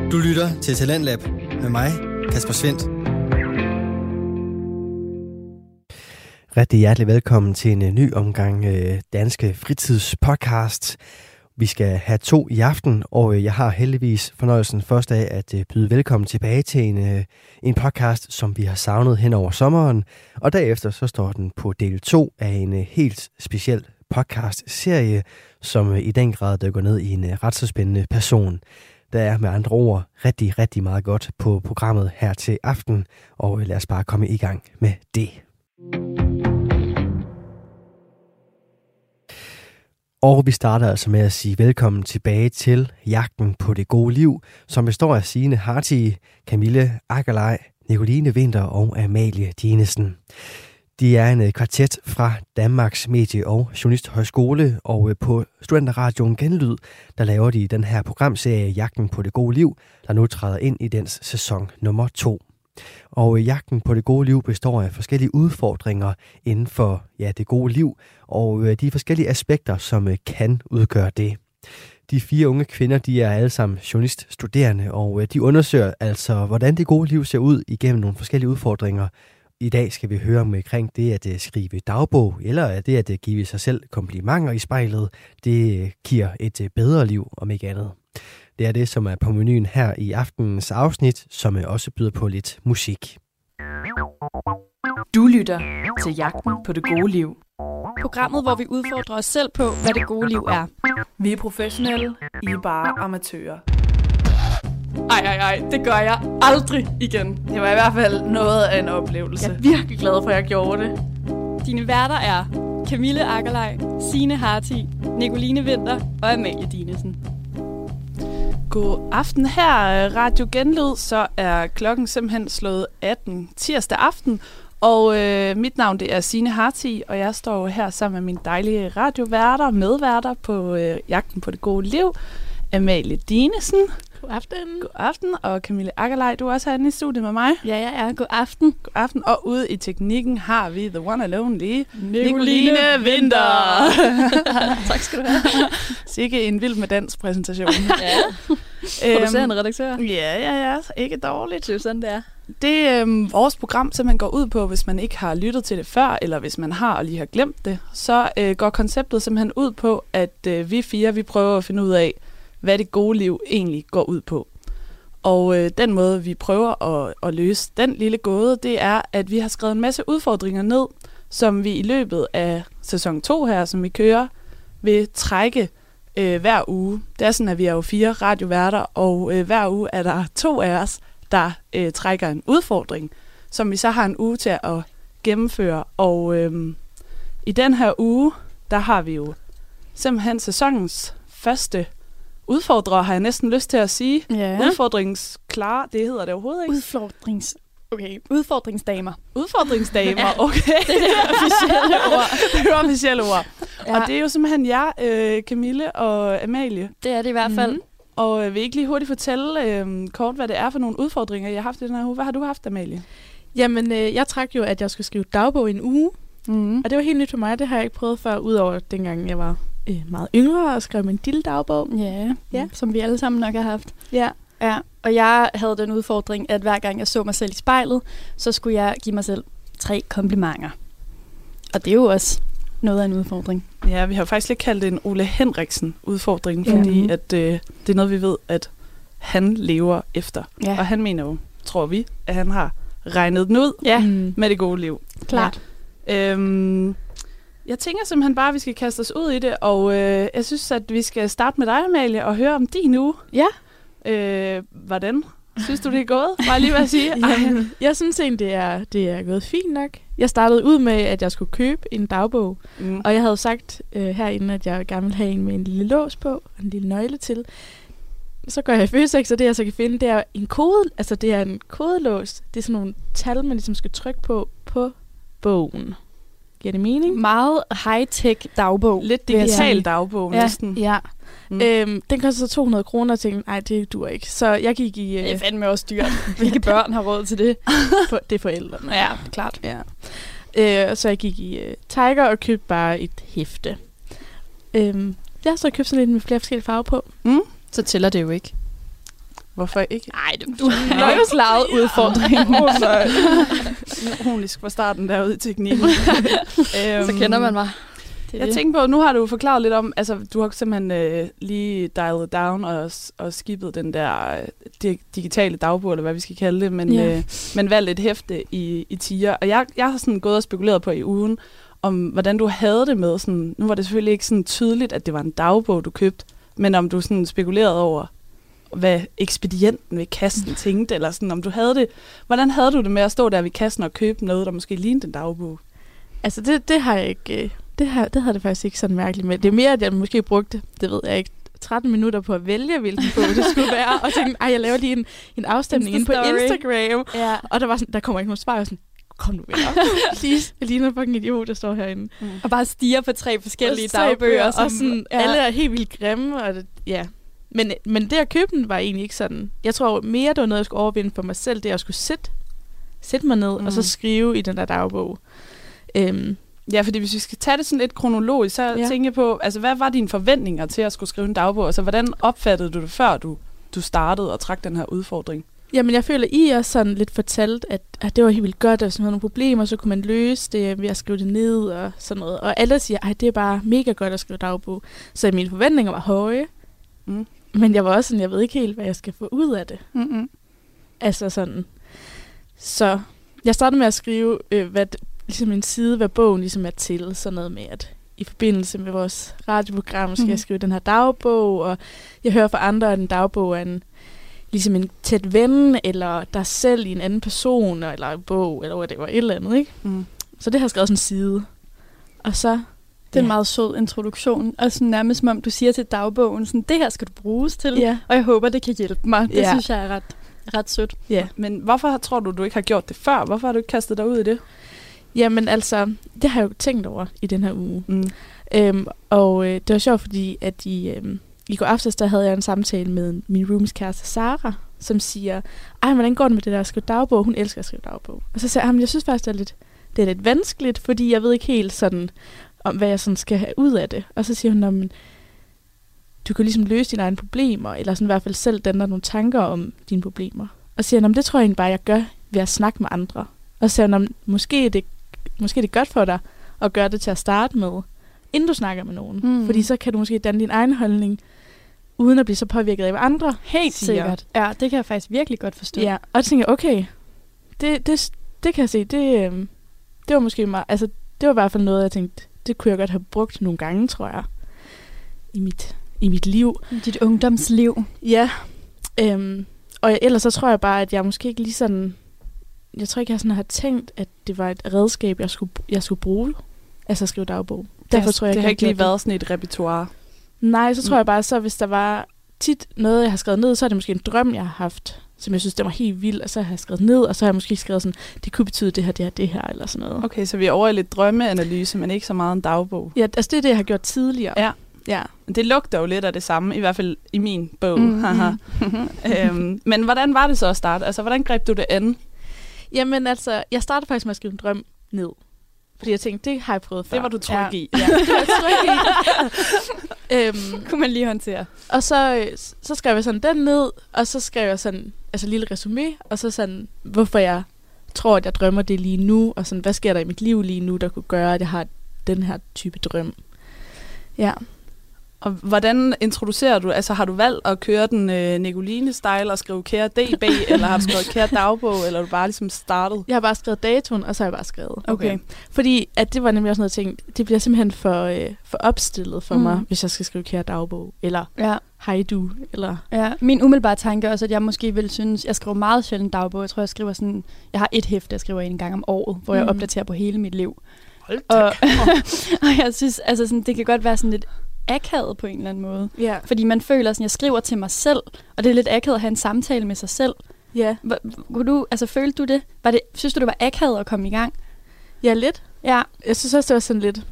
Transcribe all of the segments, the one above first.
Du lytter til Talentlab med mig, Kasper Svendt. Rigtig hjertelig velkommen til en ny omgang Danske Fritidspodcast. Vi skal have 2 i aften, og jeg har heldigvis fornøjelsen først af at byde velkommen tilbage til en podcast, som vi har savnet hen over sommeren. Og derefter så står den på del 2 af en helt speciel podcast-serie, som i den grad dykker ned i en ret så spændende person. Der er med andre ord rigtig, rigtig meget godt på programmet her til aften, og lad os bare komme i gang med det. Og vi starter altså med at sige velkommen tilbage til Jagten på det gode liv, som består af Signe Harti, Camille Akkerlej, Nicoline Winther og Amalie Dinesen. De er en kvartet fra Danmarks Medie- og Journalisthøjskole, og på Studenterradioen Genlyd, der laver de den her programserie Jagten på det gode liv, der nu træder ind i dens sæson nummer 2. Og Jagten på det gode liv består af forskellige udfordringer inden for det gode liv, og de forskellige aspekter, som kan udgøre det. De 4 unge kvinder, de er alle sammen journaliststuderende, og de undersøger altså, hvordan det gode liv ser ud igennem nogle forskellige udfordringer. I dag skal vi høre omkring det at skrive dagbog, eller det at give sig selv komplimenter i spejlet. Det giver et bedre liv, om ikke andet. Det er det, som er på menuen her i aftenens afsnit, som også byder på lidt musik. Du lytter til Jagten på det gode liv. Programmet, hvor vi udfordrer os selv på, hvad det gode liv er. Vi er professionelle, I er bare amatører. Ej, det gør jeg aldrig igen. Det var i hvert fald noget af en oplevelse. Jeg er virkelig glad for, at jeg gjorde det. Dine værter er Camille Akkerlej, Signe Harti, Nicoline Winther og Amalie Dinesen. God aften her, Radio Genlyd. Så er klokken simpelthen slået 18 tirsdag aften. Og mit navn det er Signe Harti, og jeg står her sammen med mine dejlige radioværter, medværter på Jagten på det gode liv. Amalie Dinesen. God aften. God aften. Og Camille Akkerlej, du er også herinde i studiet med mig. Ja, jeg er. God aften. God aften. Og ude i teknikken har vi the one and only Nicoline Winther. Tak skal du have. Sikke en vild med dans præsentation. Ja. Producerende redaktør. Ja. Ikke dårligt. Det er jo sådan, det er. Det vores program simpelthen går ud på, hvis man ikke har lyttet til det før, eller hvis man har og lige har glemt det, så går konceptet simpelthen ud på, at vi 4 vi prøver at finde ud af, hvad det gode liv egentlig går ud på. Og den måde, vi prøver at løse den lille gåde, det er, at vi har skrevet en masse udfordringer ned, som vi i løbet af sæson 2 her, som vi kører, vil trække hver uge. Det er sådan, at vi er jo 4 radioværter, og hver uge er der 2 af os, der trækker en udfordring, som vi så har en uge til at gennemføre. Og i den her uge, der har vi jo simpelthen sæsonens første udfordrer, har jeg næsten lyst til at sige. Ja. Udfordringsklar, det hedder det overhovedet ikke. Udfordringsdamer. Udfordringsdamer, okay. Det er det officielle ord. Det er officielle ord. Ja. Og det er jo simpelthen jer, Camille og Amalie. Det er det i hvert fald. Mm-hmm. Og vil I ikke lige hurtigt fortælle kort, hvad det er for nogle udfordringer, jeg har haft i den her uge? Hvad har du haft, Amalie? Jamen, jeg trak jo, at jeg skulle skrive dagbog i en uge. Mm-hmm. Og det var helt nyt for mig. Det har jeg ikke prøvet før, udover dengang jeg var meget yngre og skrev min lille dagbog. Ja, som vi alle sammen nok har haft. Ja. Ja, og jeg havde den udfordring, at hver gang jeg så mig selv i spejlet, så skulle jeg give mig selv 3 komplimenter. Og det er jo også noget af en udfordring. Ja, vi har faktisk lidt kaldt det en Ole Henriksen-udfordring, fordi at, det er noget, vi ved, at han lever efter. Ja. Og han mener jo, tror vi, at han har regnet den ud med det gode liv. Klart. Jeg tænker simpelthen bare, at vi skal kaste os ud i det, og jeg synes, at vi skal starte med dig, Amalie, og høre om din uge. Ja. Hvordan synes du, det er gået? Bare lige at sige. Jeg synes egentlig, det er gået fint nok. Jeg startede ud med, at jeg skulle købe en dagbog, og jeg havde sagt herinde, at jeg gerne ville have en med en lille lås på, og en lille nøgle til. Så går jeg i Føtex, og det jeg så kan finde, det er en kode. Altså, det er en kodelås. Det er sådan nogle tal, man ligesom skal trykke på bogen. Giver det mening? Meget high-tech dagbog. Lidt digital dagbog næsten. Ja. Den koster så 200 kroner, og tænkte, nej, det duer ikke. Så jeg gik i... Det er fandme også dyrt. Hvilke børn har råd til det? Det er forældrene. Ja, klart. Ja. Så jeg gik i Tiger og købte bare et hæfte. Så jeg købte sådan lidt med flere forskellige farver på. Så tæller det jo ikke. Hvorfor ikke? Nej, du har jo slaget udfordringen. Ironisk fra starten derude i teknikken. Så kender man mig. Jeg tænker på, nu har du forklaret lidt om, altså du har simpelthen lige dialed down og skippet den der digitale dagbog, eller hvad vi skal kalde det, men valgt et hæfte i tiger. Og jeg har sådan gået og spekuleret på i ugen, om hvordan du havde det med, sådan, nu var det selvfølgelig ikke sådan tydeligt, at det var en dagbog, du købte, men om du sådan spekulerede over, hvad ekspedienten ved kassen tænkte, eller sådan, om du havde det, hvordan havde du det med at stå der ved kassen og købe noget, der måske lignede en dagbog? Altså det har jeg ikke, det havde det faktisk ikke sådan mærkeligt med. Det er mere, at jeg måske brugte, det ved jeg ikke, 13 minutter på at vælge, hvilken bog det skulle være, og tænkte, jeg laver lige en afstemning inde på Instagram, og der kommer ikke nogen svar, og sådan, kom nu vel op. Please, jeg ligner fucking idiot, der står herinde. Og bare stiger på 3 forskellige dagbøger. Og sådan, alle er helt vildt grimme, og Men det at købe den var egentlig ikke sådan. Jeg tror mere, det var noget, jeg skulle overvinde for mig selv, det at jeg skulle sætte mig ned, og så skrive i den der dagbog. Ja, fordi hvis vi skal tage det sådan lidt kronologisk, så tænker jeg på, altså hvad var dine forventninger til at skulle skrive en dagbog? Altså hvordan opfattede du det, før du startede og trak den her udfordring? Jamen, jeg føler, I også sådan lidt fortalt, at det var helt vildt godt, og hvis man havde nogle problemer, så kunne man løse det ved at skrive det ned og sådan noget. Og alle siger, det er bare mega godt at skrive dagbog. Så mine forventninger var høje. Men jeg var også sådan, jeg ved ikke helt, hvad jeg skal få ud af det. Altså sådan. Så jeg startede med at skrive, ligesom en side, hvad bogen ligesom er til. Sådan noget med, at i forbindelse med vores radioprogram skal jeg skrive den her dagbog, og jeg hører fra andre, at en dagbog er ligesom en tæt ven, eller dig selv i en anden person, eller en bog, eller hvad det var, et eller andet, ikke? Så det har jeg skrevet sådan en side. Og så... Det er en meget sød introduktion, og sådan nærmest som om du siger til dagbogen, sådan, det her skal du bruges til, og jeg håber, det kan hjælpe mig. Det synes jeg er ret sødt. Ja. Men hvorfor tror du ikke har gjort det før? Hvorfor har du ikke kastet dig ud i det? Jamen altså, det har jeg jo tænkt over i den her uge. Og det var sjovt, fordi at i går aftes, der havde jeg en samtale med min roomies kæreste, Sara, som siger, hvordan går det med det der at skrive dagbog? Hun elsker at skrive dagbog. Og så siger jeg synes faktisk, det er lidt vanskeligt, fordi jeg ved ikke helt sådan, om hvad jeg sådan skal have ud af det. Og så siger hun, du kan ligesom løse dine egne problemer, eller sådan i hvert fald selv danne nogle tanker om dine problemer. Og så siger hun, det tror jeg egentlig bare, jeg gør ved at snakke med andre. Og så siger hun, måske er det godt for dig at gøre det til at starte med, inden du snakker med nogen. Fordi så kan du måske danne din egen holdning, uden at blive så påvirket af, hvad andre helt siger. Sikkert. Ja, det kan jeg faktisk virkelig godt forstå. Ja, og så tænker jeg, okay, det kan jeg se, det var måske meget, altså det var i hvert fald noget, jeg tænkte, det kunne jeg godt have brugt nogle gange, tror jeg, i mit liv. Dit ungdomsliv. Ja. Og ellers så tror jeg bare, at jeg måske ikke lige sådan... Jeg tror ikke, jeg sådan har tænkt, at det var et redskab, jeg skulle bruge. Altså at skrive dagbog. Derfor tror jeg, det har ikke lige været sådan et repertoire. Nej, så tror jeg bare, så hvis der var tit noget, jeg har skrevet ned, så er det måske en drøm, jeg har haft, som jeg synes, det var helt vildt, og så har jeg skrevet ned, og så har jeg måske skrevet sådan, det kunne betyde det her, eller sådan noget. Okay, så vi er over i lidt drømmeanalyse, men ikke så meget en dagbog. Ja, altså det er det, jeg har gjort tidligere. Ja. Det lugter jo lidt af det samme, i hvert fald i min bog. Men hvordan var det så at starte? Altså, hvordan greb du det an? Jamen altså, jeg startede faktisk med at skrive en drøm ned. Fordi jeg tænkte, det har jeg prøvet før. Det var du tryg i. Ja, det var jeg tryg i. Kunne man lige håndtere. Og så skrev jeg sådan den ned, og så skrev jeg sådan, altså en lille resumé, og så sådan, hvorfor jeg tror, at jeg drømmer det lige nu, og sådan, hvad sker der i mit liv lige nu, der kunne gøre, at jeg har den her type drøm. Ja. Og hvordan introducerer du, altså har du valgt at køre den Nicoline-style og skrive kære DB, eller har du skrevet kære dagbog, eller har du bare ligesom startet? Jeg har bare skrevet datoen, og så har jeg bare skrevet. Okay. Fordi at det var nemlig også noget, jeg tænkte, det bliver simpelthen for opstillet for mig, hvis jeg skal skrive kære dagbog, eller hej du, eller... Ja, min umiddelbare tanke er også, at jeg måske vil synes, jeg skriver meget sjældent dagbog. Jeg tror, jeg skriver sådan, jeg har et hæfte, jeg skriver en gang om året, hvor jeg opdaterer på hele mit liv. Og jeg synes, altså sådan, det kan godt være sådan lidt akavet på en eller anden måde. Yeah. Fordi man føler sådan, jeg skriver til mig selv, og det er lidt akavet at have en samtale med sig selv. Ja. Følte du det? Synes du, det var akavet at komme i gang? Ja, lidt. Ja. Jeg synes også, det var sådan lidt,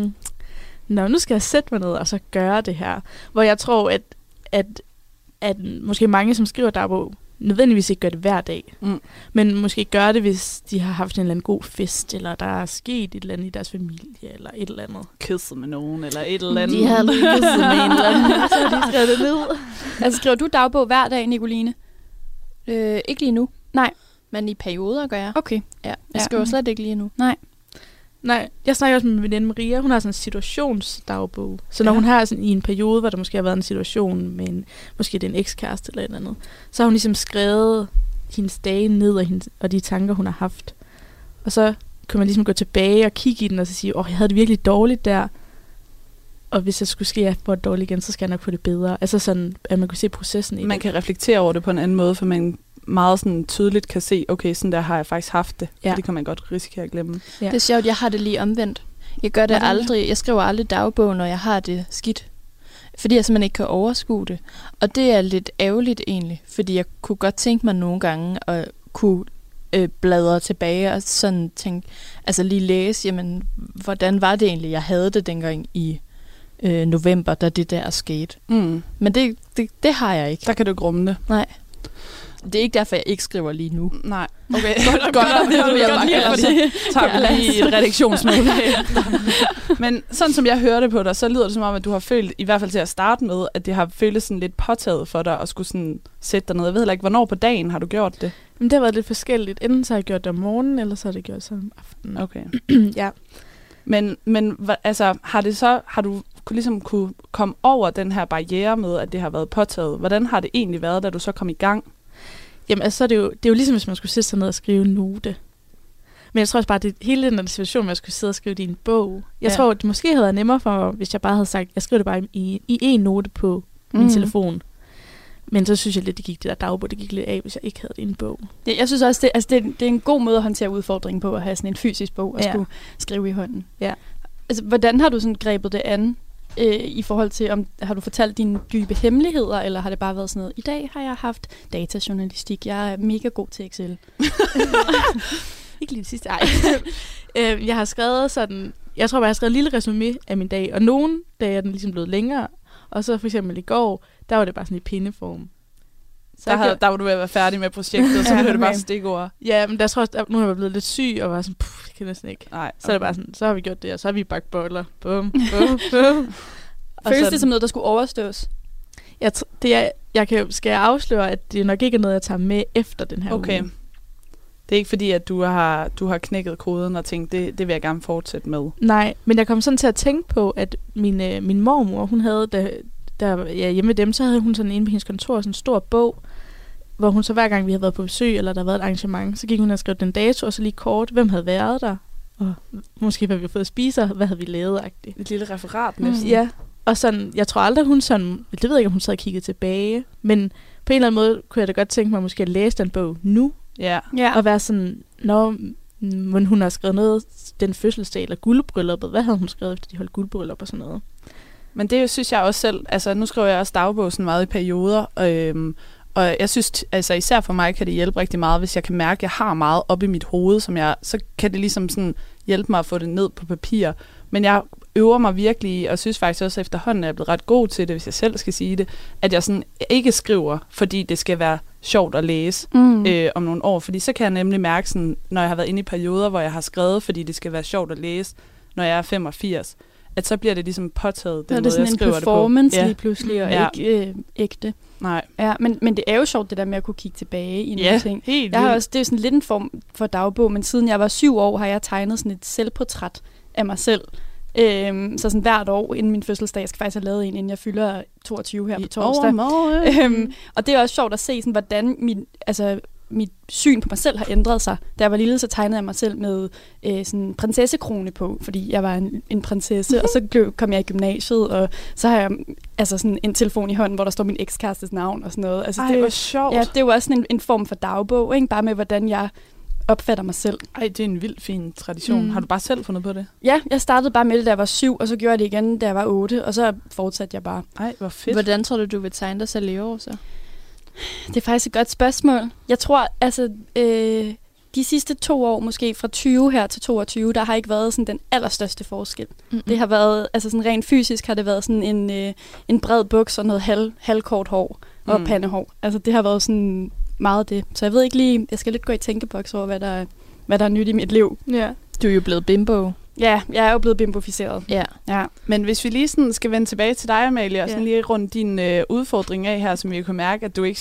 nu skal jeg sætte mig ned og så gøre det her. Hvor jeg tror, at måske mange, som skriver dagbog, nødvendigvis ikke gør det hver dag. Men måske gør det, hvis de har haft en eller anden god fest, eller der er sket et eller andet i deres familie, eller et eller andet. Kysset med nogen, eller et eller andet. De har lige kysset med en eller anden, så har de skrevet det ned. Altså, skriver du dagbog hver dag, Nicoline? Ikke lige nu. Nej. Men i perioder gør jeg. Okay. Ja, jeg skriver slet ikke lige nu. Nej, jeg snakker også med min veninde Maria. Hun har sådan en situationsdagbog. Så når hun har sådan i en periode, hvor der måske har været en situation med måske det er en ekskæreste eller et eller andet, så har hun ligesom skrevet hendes dage ned og de tanker, hun har haft. Og så kan man ligesom gå tilbage og kigge i den og så sige, jeg havde det virkelig dårligt der. Og hvis jeg skulle ske, at jeg får det dårligt igen, så skal jeg nok få det bedre. Altså sådan, at man kan se processen i det. Man kan reflektere over det på en anden måde, for man meget sådan tydeligt kan se, okay, sådan der har jeg faktisk haft det. Ja. Det kan man godt risikere at glemme. Ja. Det er sjovt, jeg har det lige omvendt. Jeg gør det aldrig. Jeg skriver aldrig dagbog, når jeg har det skidt. Fordi jeg simpelthen ikke kan overskue det. Og det er lidt ærgerligt egentlig, fordi jeg kunne godt tænke mig nogle gange at kunne bladre tilbage og sådan tænke, altså lige læse, jamen, hvordan var det egentlig, jeg havde det dengang i november, da det der skete. Men det har jeg ikke. Der kan du ikke rumme det. Nej. Det er ikke derfor, jeg ikke skriver lige nu. Nej. Okay, godt. Tager lige et redaktionsmøde. Men sådan som jeg hørte på dig, så lyder det som om, at du har følt, i hvert fald til at starte med, at det har føltes sådan lidt påtaget for dig at skulle sådan sætte dig ned. Jeg ved heller ikke, hvornår på dagen har du gjort det? Men det har været lidt forskelligt. Enten så har jeg gjort det om morgenen, eller så har det gjort det om aftenen. Okay. Ja. Men altså, har du ligesom kunne komme over den her barriere med, at det har været påtaget? Hvordan har det egentlig været, da du så kom i gang? Jamen altså, det er jo ligesom, hvis man skulle sætte sig ned og skrive en note. Men jeg tror også bare, at hele den situation, med at skulle sidde og skrive det i en bog. Jeg tror, det måske havde været nemmere for, hvis jeg bare havde sagt, jeg skrev det bare i en note på min telefon. Men så synes jeg lidt, det der dagbog, det gik lidt af, hvis jeg ikke havde det i en bog. Jeg synes også, det er en god måde at håndtere udfordringen på, at have sådan en fysisk bog og skulle skrive i hånden. Ja. Altså, hvordan har du sådan grebet det an? I forhold til, har du fortalt dine dybe hemmeligheder, eller har det bare været sådan noget, i dag har jeg haft datajournalistik, jeg er mega god til Excel. Ikke lige det sidste, jeg har skrevet sådan, jeg tror bare, jeg har skrevet en lille resumé af min dag, og nogle dage er den ligesom blevet længere, og så for eksempel i går, der var det bare sådan i pindeform. Så der var du ved at være færdig med projektet, og så blev det bare stikord. Ja, men der tror jeg, nu har jeg blevet lidt syg, og var sådan, det kan jeg næsten ikke. Nej, okay. Så er det bare sådan, så har vi gjort det, og så har vi bagt boller. Bum, bum, bum. Føles det som noget, der skulle overstås? Skal jeg afsløre, at det nok ikke er noget, jeg tager med efter den her uge. Det er ikke fordi, at du har knækket koden og tænkt, det vil jeg gerne fortsætte med. Nej, men jeg kom sådan til at tænke på, at min mormor, hun havde, hjemme med dem, så havde hun sådan inde på hendes kontor sådan en stor bog, hvor hun så hver gang vi havde været på besøg, eller der havde været et arrangement, så gik hun og skrev den dato, og så lige kort, hvem havde været der, og måske hvad vi havde fået at spise, og hvad havde vi lavet-agtigt. Et lille referat næsten. Ja, og sådan, jeg tror aldrig, hun sådan, det ved jeg ikke, om hun sad og kiggede tilbage, men på en eller anden måde kunne jeg da godt tænke mig måske at læse den bog nu, og være sådan, men hun har skrevet noget, den fødselsdag, eller guldbrylluppet, hvad havde hun skrevet, efter de holdt guldbryllup og sådan noget. Men det synes jeg også selv, altså nu skriver jeg også dagbog sådan meget i perioder, og jeg synes, altså især for mig kan det hjælpe rigtig meget, hvis jeg kan mærke, at jeg har meget op i mit hoved, så kan det ligesom sådan hjælpe mig at få det ned på papir. Men jeg øver mig virkelig, og synes faktisk også efterhånden, at jeg er blevet ret god til det, hvis jeg selv skal sige det, at jeg sådan ikke skriver, fordi det skal være sjovt at læse om nogle år. Fordi så kan jeg nemlig mærke, sådan, når jeg har været inde i perioder, hvor jeg har skrevet, fordi det skal være sjovt at læse, når jeg er 85, at så bliver det ligesom påtaget, den måde, jeg skriver det på. Det er sådan en performance lige pludselig, og ikke ægte. Nej. Ja, men det er jo sjovt, det der med at kunne kigge tilbage i nogle ting. Helt jeg har også, det er jo sådan lidt en form for dagbog, men siden jeg var 7 år, har jeg tegnet sådan et selvportræt af mig selv. Så sådan hvert år inden min fødselsdag, jeg skal faktisk have lavet en, inden jeg fylder 22 her på torsdag. Og det er også sjovt at se, sådan, hvordan mit syn på mig selv har ændret sig. Da jeg var lille, så tegnede jeg mig selv med sådan en prinsessekrone på, fordi jeg var en prinsesse, og så kom jeg i gymnasiet, og så har jeg sådan en telefon i hånden, hvor der står min ekskærestes navn og sådan noget. Altså, det var sjovt. Ja, det er jo også sådan en form for dagbog, ikke? Bare med, hvordan jeg opfatter mig selv. Ej, det er en vildt fin tradition. Har du bare selv fundet på det? Ja, jeg startede bare med det, da jeg var 7, og så gjorde jeg det igen, da jeg var 8, og så fortsatte jeg bare. Ej, hvor fedt. Hvordan tror du vil tegne dig selv i år så? Det er faktisk et godt spørgsmål. Jeg tror, de sidste 2 år, måske fra 20 her til 22, der har ikke været sådan den allerstørste forskel. Det har været, sådan rent fysisk har det været sådan en bred buks og noget halvkort hår og pandehår. Altså det har været sådan meget det. Så jeg ved ikke lige, jeg skal lidt gå i tænkeboks over, hvad der er nyt i mit liv. Ja. Du er jo blevet bimbo. Ja, jeg er jo blevet bimboficeret. Ja. Men hvis vi lige sådan skal vende tilbage til dig, Amalie, og sådan lige rundt din udfordring af her, som vi kan mærke, at du ikke sådan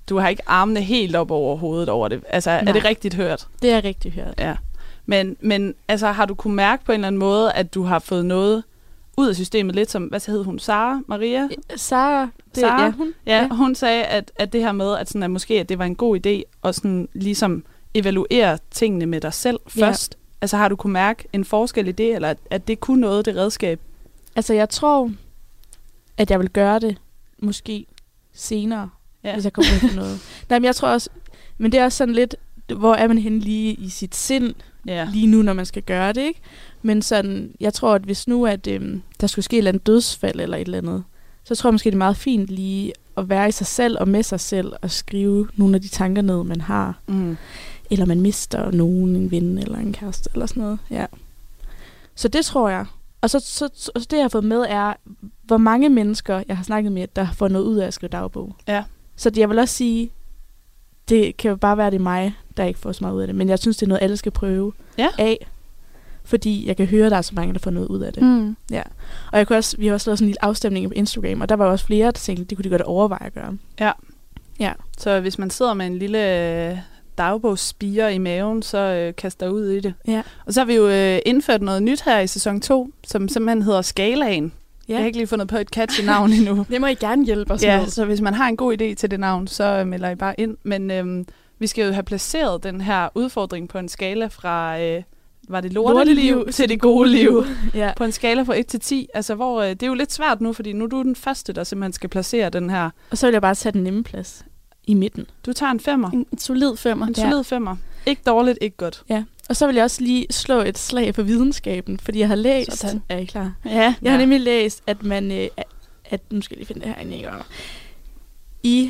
du har ikke armene helt op over hovedet over det. Altså, er det rigtigt hørt? Det er rigtigt hørt. Ja. Men altså, har du kunne mærke på en eller anden måde, at du har fået noget ud af systemet, lidt som, hvad hed hun, Sara Maria? Sara. Ja, hun. Ja, hun sagde, at det her med, at, sådan, at måske at det var en god idé at sådan, ligesom evaluere tingene med dig selv først. Altså, har du kunne mærke en forskel i det, eller at det kunne noget, det redskab? Altså, jeg tror, at jeg vil gøre det måske senere, hvis jeg kommer på noget. Nej, men jeg tror også, men det er også sådan lidt, hvor er man henne lige i sit sind, lige nu, når man skal gøre det, ikke? Men sådan, jeg tror, at hvis nu, at der skulle ske et eller andet dødsfald eller et eller andet, så tror jeg måske, det er meget fint lige at være i sig selv og med sig selv og skrive nogle af de tanker ned, man har. Mm. Eller man mister nogen, en ven eller en kæreste eller sådan noget. Ja. Så det tror jeg. Og så det, jeg har fået med, er, hvor mange mennesker, jeg har snakket med, der har fået noget ud af at skrive dagbog. Ja. Så jeg vil også sige, det kan jo bare være, det er mig, der ikke får så meget ud af det. Men jeg synes, det er noget, alle skal prøve af. Fordi jeg kan høre, at der er så mange, der får noget ud af det. Mm. Ja. Og vi har også lavet sådan en lille afstemning på Instagram, og der var også flere, der tænkte, det kunne de godt overveje at gøre. Ja. Så hvis man sidder med en lille dagbogsspire i maven, så kast dig ud i det. Ja. Og så har vi jo indført noget nyt her i sæson 2, som simpelthen hedder Skalaen. Ja. Jeg har ikke lige fundet på et catchy navn endnu. Det må I gerne hjælpe os med. Så hvis man har en god idé til det navn, så melder I bare ind. Men vi skal jo have placeret den her udfordring på en skala fra... var det lorteliv til det gode liv? Ja. På en skala fra 1 til 10. Altså, hvor det er jo lidt svært nu, fordi nu er du den første, der simpelthen skal placere den her. Og så vil jeg bare tage den nemme plads i midten. Du tager en 5'er. En solid 5'er. En solid 5'er. Ikke dårligt, ikke godt. Ja. Og så vil jeg også lige slå et slag for videnskaben, fordi jeg har læst... Sådan. Er I klar? Ja. Jeg har nemlig læst, at man... nu skal jeg lige finde det her inde. I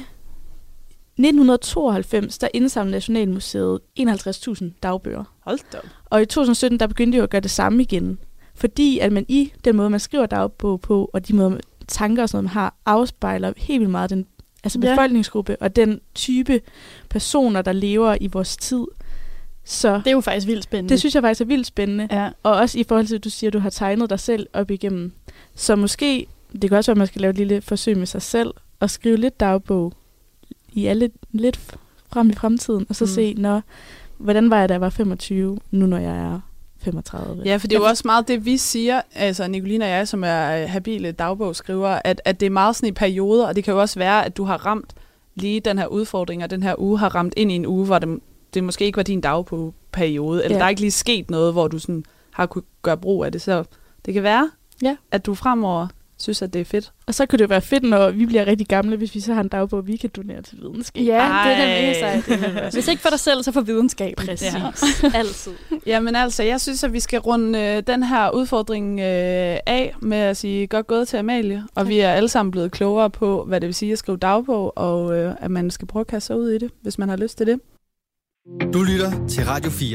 1992, der indsamlede Nationalmuseet 51.000 dagbøger. Hold da. Og i 2017, der begyndte de at gøre det samme igen. Fordi at man i den måde, man skriver dagbog på, og de måder, tanker og sådan noget, man har, afspejler helt vildt meget den befolkningsgruppe, og den type personer, der lever i vores tid. Så det er jo faktisk vildt spændende. Det synes jeg faktisk er vildt spændende. Ja. Og også i forhold til, at du siger, at du har tegnet dig selv op igennem. Så måske, det kan også være, at man skal lave et lille forsøg med sig selv, og skrive lidt dagbog i alle lidt frem i fremtiden, og så se, hvordan var jeg, da jeg var 25, nu når jeg er 35. Ja, for det er jo også meget det, vi siger, altså Nicoline og jeg, som er habile dagbogsskrivere, at det er meget sådan i perioder, og det kan jo også være, at du har ramt lige den her udfordring, og den her uge har ramt ind i en uge, hvor det måske ikke var din dagbogperiode, eller der er ikke lige sket noget, hvor du sådan har kunne gøre brug af det, så det kan være, at du fremover synes, at det er fedt. Og så kunne det være fedt, når vi bliver rigtig gamle, hvis vi så har en dagbog, vi kan donere til videnskab. Ja, det er nemlig sejt. Hvis ikke for dig selv, så for videnskab. Præcis. Ja. Altid. Jamen altså, jeg synes, at vi skal runde den her udfordring af med at sige godt gået til Amalie. Og vi er alle sammen blevet klogere på, hvad det vil sige at skrive dagbog, og at man skal prøve at kaste sig ud i det, hvis man har lyst til det. Du lytter til Radio 4.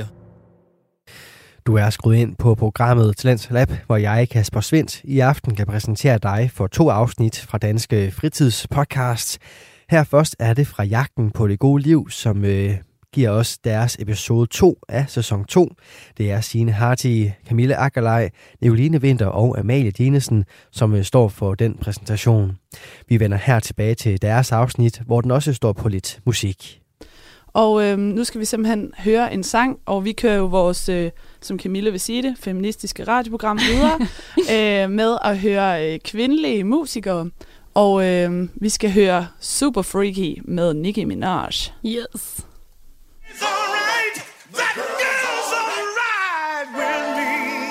Du er skruet ind på programmet Talents Lab, hvor jeg, Kasper Svendt, i aften kan præsentere dig for 2 afsnit fra Danske Fritidspodcast. Her først er det fra Jagten på det gode liv, som giver os deres episode 2 af sæson 2. Det er Signe Harti, Camille Akkerlej, Nicoline Winther og Amalie Dinesen, som står for den præsentation. Vi vender her tilbage til deres afsnit, hvor den også står på lidt musik. Og nu skal vi simpelthen høre en sang, og vi kører jo vores, som Camille vil sige det, feministiske radioprogram videre med at høre kvindelige musikere. Og vi skal høre Super Freaky med Nicki Minaj. Yes. It's all right. That girl's all right with me.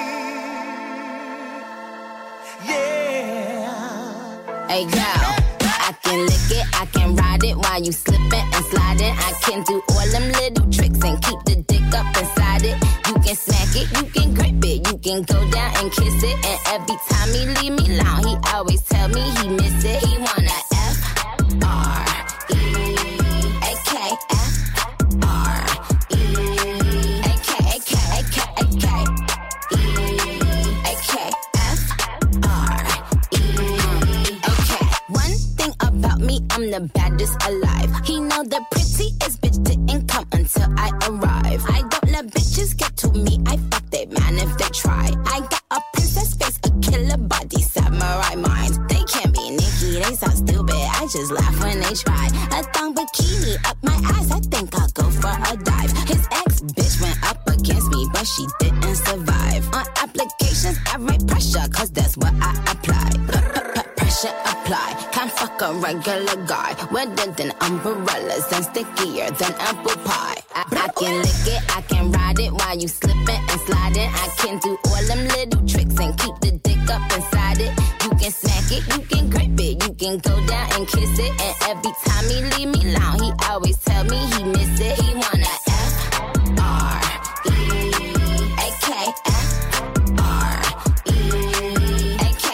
Yeah. Hey, girl. I can lick it, I can ride it while you slipping and sliding. I can do all them little tricks and keep the dick up inside it. You can smack it, you can grip it, you can go down and kiss it. And every time he leave me alone, he always tell me he miss it. He wanna I'm the baddest alive. He know the prettiest bitch didn't come until I arrive. I don't let bitches get to me. I fuck they man if they try. I got a princess face, a killer body, samurai mind. They can't be Nicki, they sound stupid. I just laugh when they try. ride. A thong bikini up my ass, I think I'll go for a dive. His ex-bitch went up against me, but she didn't survive. On applications, I write pressure, cause that's what I apply. Pressure apply, can't fuck a regular guy. Wetter than umbrellas and stickier than apple pie. I can lick it, I can ride it while you slipping and sliding. I can do all them little tricks and keep the dick up inside it. You can smack it, you can grip it, you can go down and kiss it. And every time he leave me alone, he always tell me he miss it. He wanna F-R-E-A-K, F-R-E-A-K,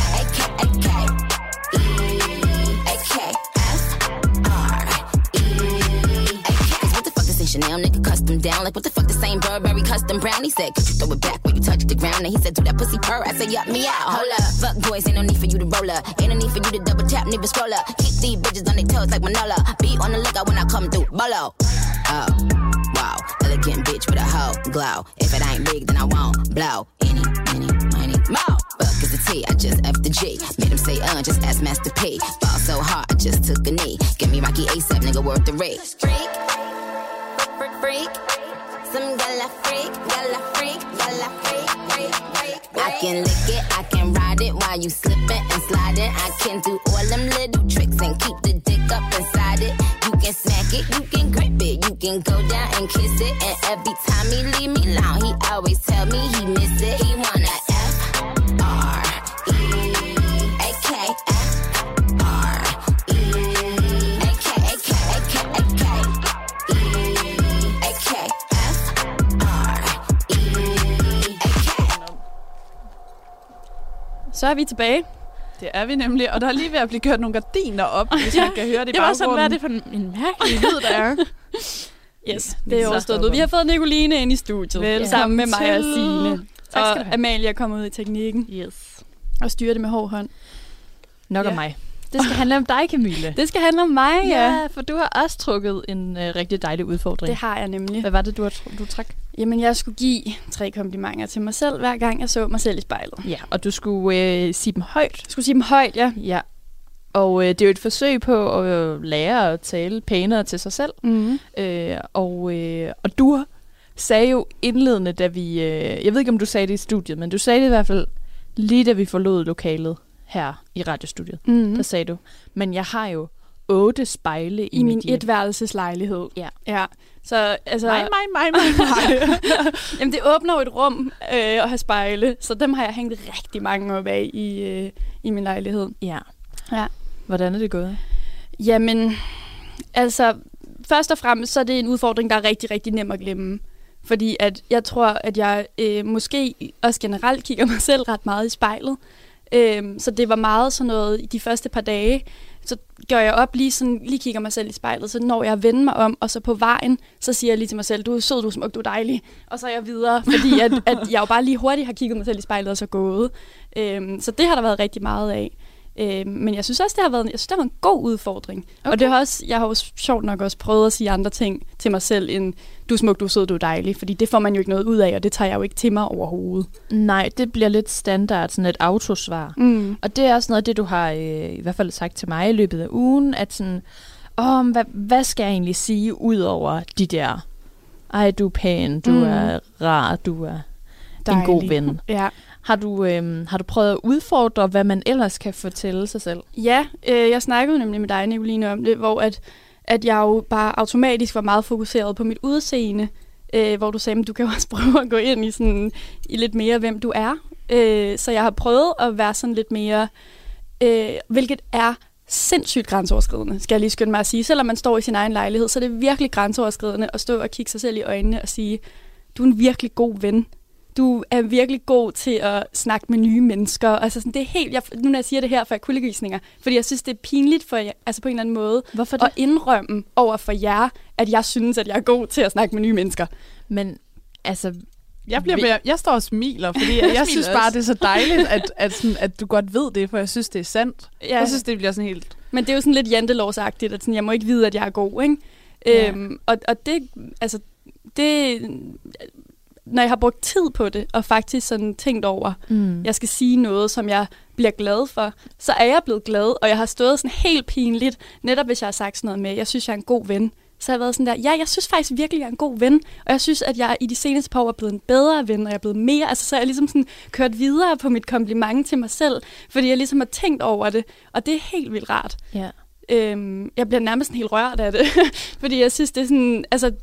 Chanel nigga custom down. Like what the fuck, the same Burberry custom brown. He said, could you throw it back when you touch the ground? And he said, do that pussy purr. I said, yup, me out. Hold up. Fuck boys, ain't no need for you to roll up. Ain't no need for you to double tap, nigga scroll up. Keep these bitches on their toes like Manola. Be on the lookout when I come through. Bolo. Oh, wow. Elegant bitch with a hoe glow. If it ain't big, then I won't blow. Any, money, more. Fuck is the T, I just F the G. Made him say, just ask Master P. Ball so hard, I just took a knee. Give me Rocky ASAP, nigga, worth the rate. Freak, some gala freak, gala freak, gala freak, freak, freak. I can lick it, I can ride it while you slipping and sliding. I can do all them little tricks and keep the dick up inside it. You can smack it, you can grip it, you can go down and kiss it. And every time he leave me alone, he always tell me he miss it. He wanna F-R-E-A-K, Så er vi tilbage. Det er vi nemlig, og der er lige ved at blive kørt nogle gardiner op, hvis man kan høre det i baggrunden. Jeg var sådan, hvad er det for en mærkelig lyd, der er? Yes, det er overstået nu. Vi har fået Nicoline ind i studiet, sammen med mig og Signe. Og Amalie er kommet ud i teknikken. Yes. Og styrer det med hård hånd. Nok om mig. Det skal handle om dig, Camille. Det skal handle om mig, ja. For du har også trukket en rigtig dejlig udfordring. Det har jeg nemlig. Hvad var det, du trak? Jamen, jeg skulle give 3 komplimenter til mig selv, hver gang jeg så mig selv i spejlet. Ja, og du skulle sige dem højt. Jeg skulle sige dem højt, ja. Ja. Og det er jo et forsøg på at lære at tale pænere til sig selv. Mm-hmm. Og du sagde jo indledende, da vi... jeg ved ikke, om du sagde det i studiet, men du sagde det i hvert fald lige da vi forlod lokalet her i radiostudiet. Mm-hmm. Der sagde du, men jeg har jo 8 spejle i min etværelseslejlighed. Ja. Så altså... Nej. Jamen, det åbner jo et rum at have spejle, så dem har jeg hængt rigtig mange op af i min lejlighed. Ja. Ja. Hvordan er det gået? Jamen, altså, først og fremmest så er det en udfordring, der er rigtig, rigtig nem at glemme. Fordi at jeg tror, at jeg måske også generelt kigger mig selv ret meget i spejlet. Så det var meget sådan noget i de første par dage. Så gør jeg op lige kigger mig selv i spejlet. Så når jeg vender mig om, og så på vejen, så siger jeg lige til mig selv, du er sød, du er smuk, du er dejlig. Og så er jeg videre, fordi at jeg jo bare lige hurtigt har kigget mig selv i spejlet og så gået. Så det har der været rigtig meget af. Men jeg synes også, det har været en god udfordring. Okay. Og det har også, jeg har jo sjovt nok også prøvet at sige andre ting til mig selv, end du er smuk, du er sød, du er dejlig. Fordi det får man jo ikke noget ud af, og det tager jeg jo ikke til mig overhovedet. Nej, det bliver lidt standard, sådan et autosvar. Mm. Og det er også noget af det, du har i hvert fald sagt til mig i løbet af ugen, at sådan, hvad skal jeg egentlig sige, ud over de der, ej, du er pæn, du er rar, du er dejlig. En god ven. Ja. Har du prøvet at udfordre, hvad man ellers kan fortælle sig selv? Ja, jeg snakkede nemlig med dig, Nicoline, om det, hvor at jeg jo bare automatisk var meget fokuseret på mit udseende, hvor du sagde, at du kan jo også prøve at gå ind i lidt mere, hvem du er. Så jeg har prøvet at være sådan lidt mere, hvilket er sindssygt grænseoverskridende, skal jeg lige skynde mig at sige. Selvom man står i sin egen lejlighed, så er det virkelig grænseoverskridende at stå og kigge sig selv i øjnene og sige, du er en virkelig god ven. Du er virkelig god til at snakke med nye mennesker. Altså sådan, det er helt, nu når jeg siger det her for kuldegysninger, fordi jeg synes, det er pinligt for jer, altså på en eller anden måde, at indrømme over for jer, at jeg synes, at jeg er god til at snakke med nye mennesker. Men altså... Jeg står og smiler, fordi jeg synes bare, det er så dejligt, at du godt ved det, for jeg synes, det er sandt. Ja. Jeg synes, det bliver sådan helt... Men det er jo sådan lidt jantelovsagtigt, at sådan, jeg må ikke vide, at jeg er god, ikke? Ja. Og det, altså, det... når jeg har brugt tid på det, og faktisk sådan tænkt over, jeg skal sige noget, som jeg bliver glad for, så er jeg blevet glad, og jeg har stået sådan helt pinligt, netop hvis jeg har sagt sådan noget med, jeg synes, jeg er en god ven. Så har jeg været sådan der, ja, jeg synes faktisk virkelig, jeg er en god ven, og jeg synes, at jeg i de seneste par år er blevet en bedre ven, og jeg er blevet mere, altså så er jeg ligesom sådan kørt videre på mit kompliment til mig selv, fordi jeg ligesom har tænkt over det, og det er helt vildt rart. Ja. Jeg bliver nærmest sådan helt rørt af det, fordi jeg synes, det er sådan, altså,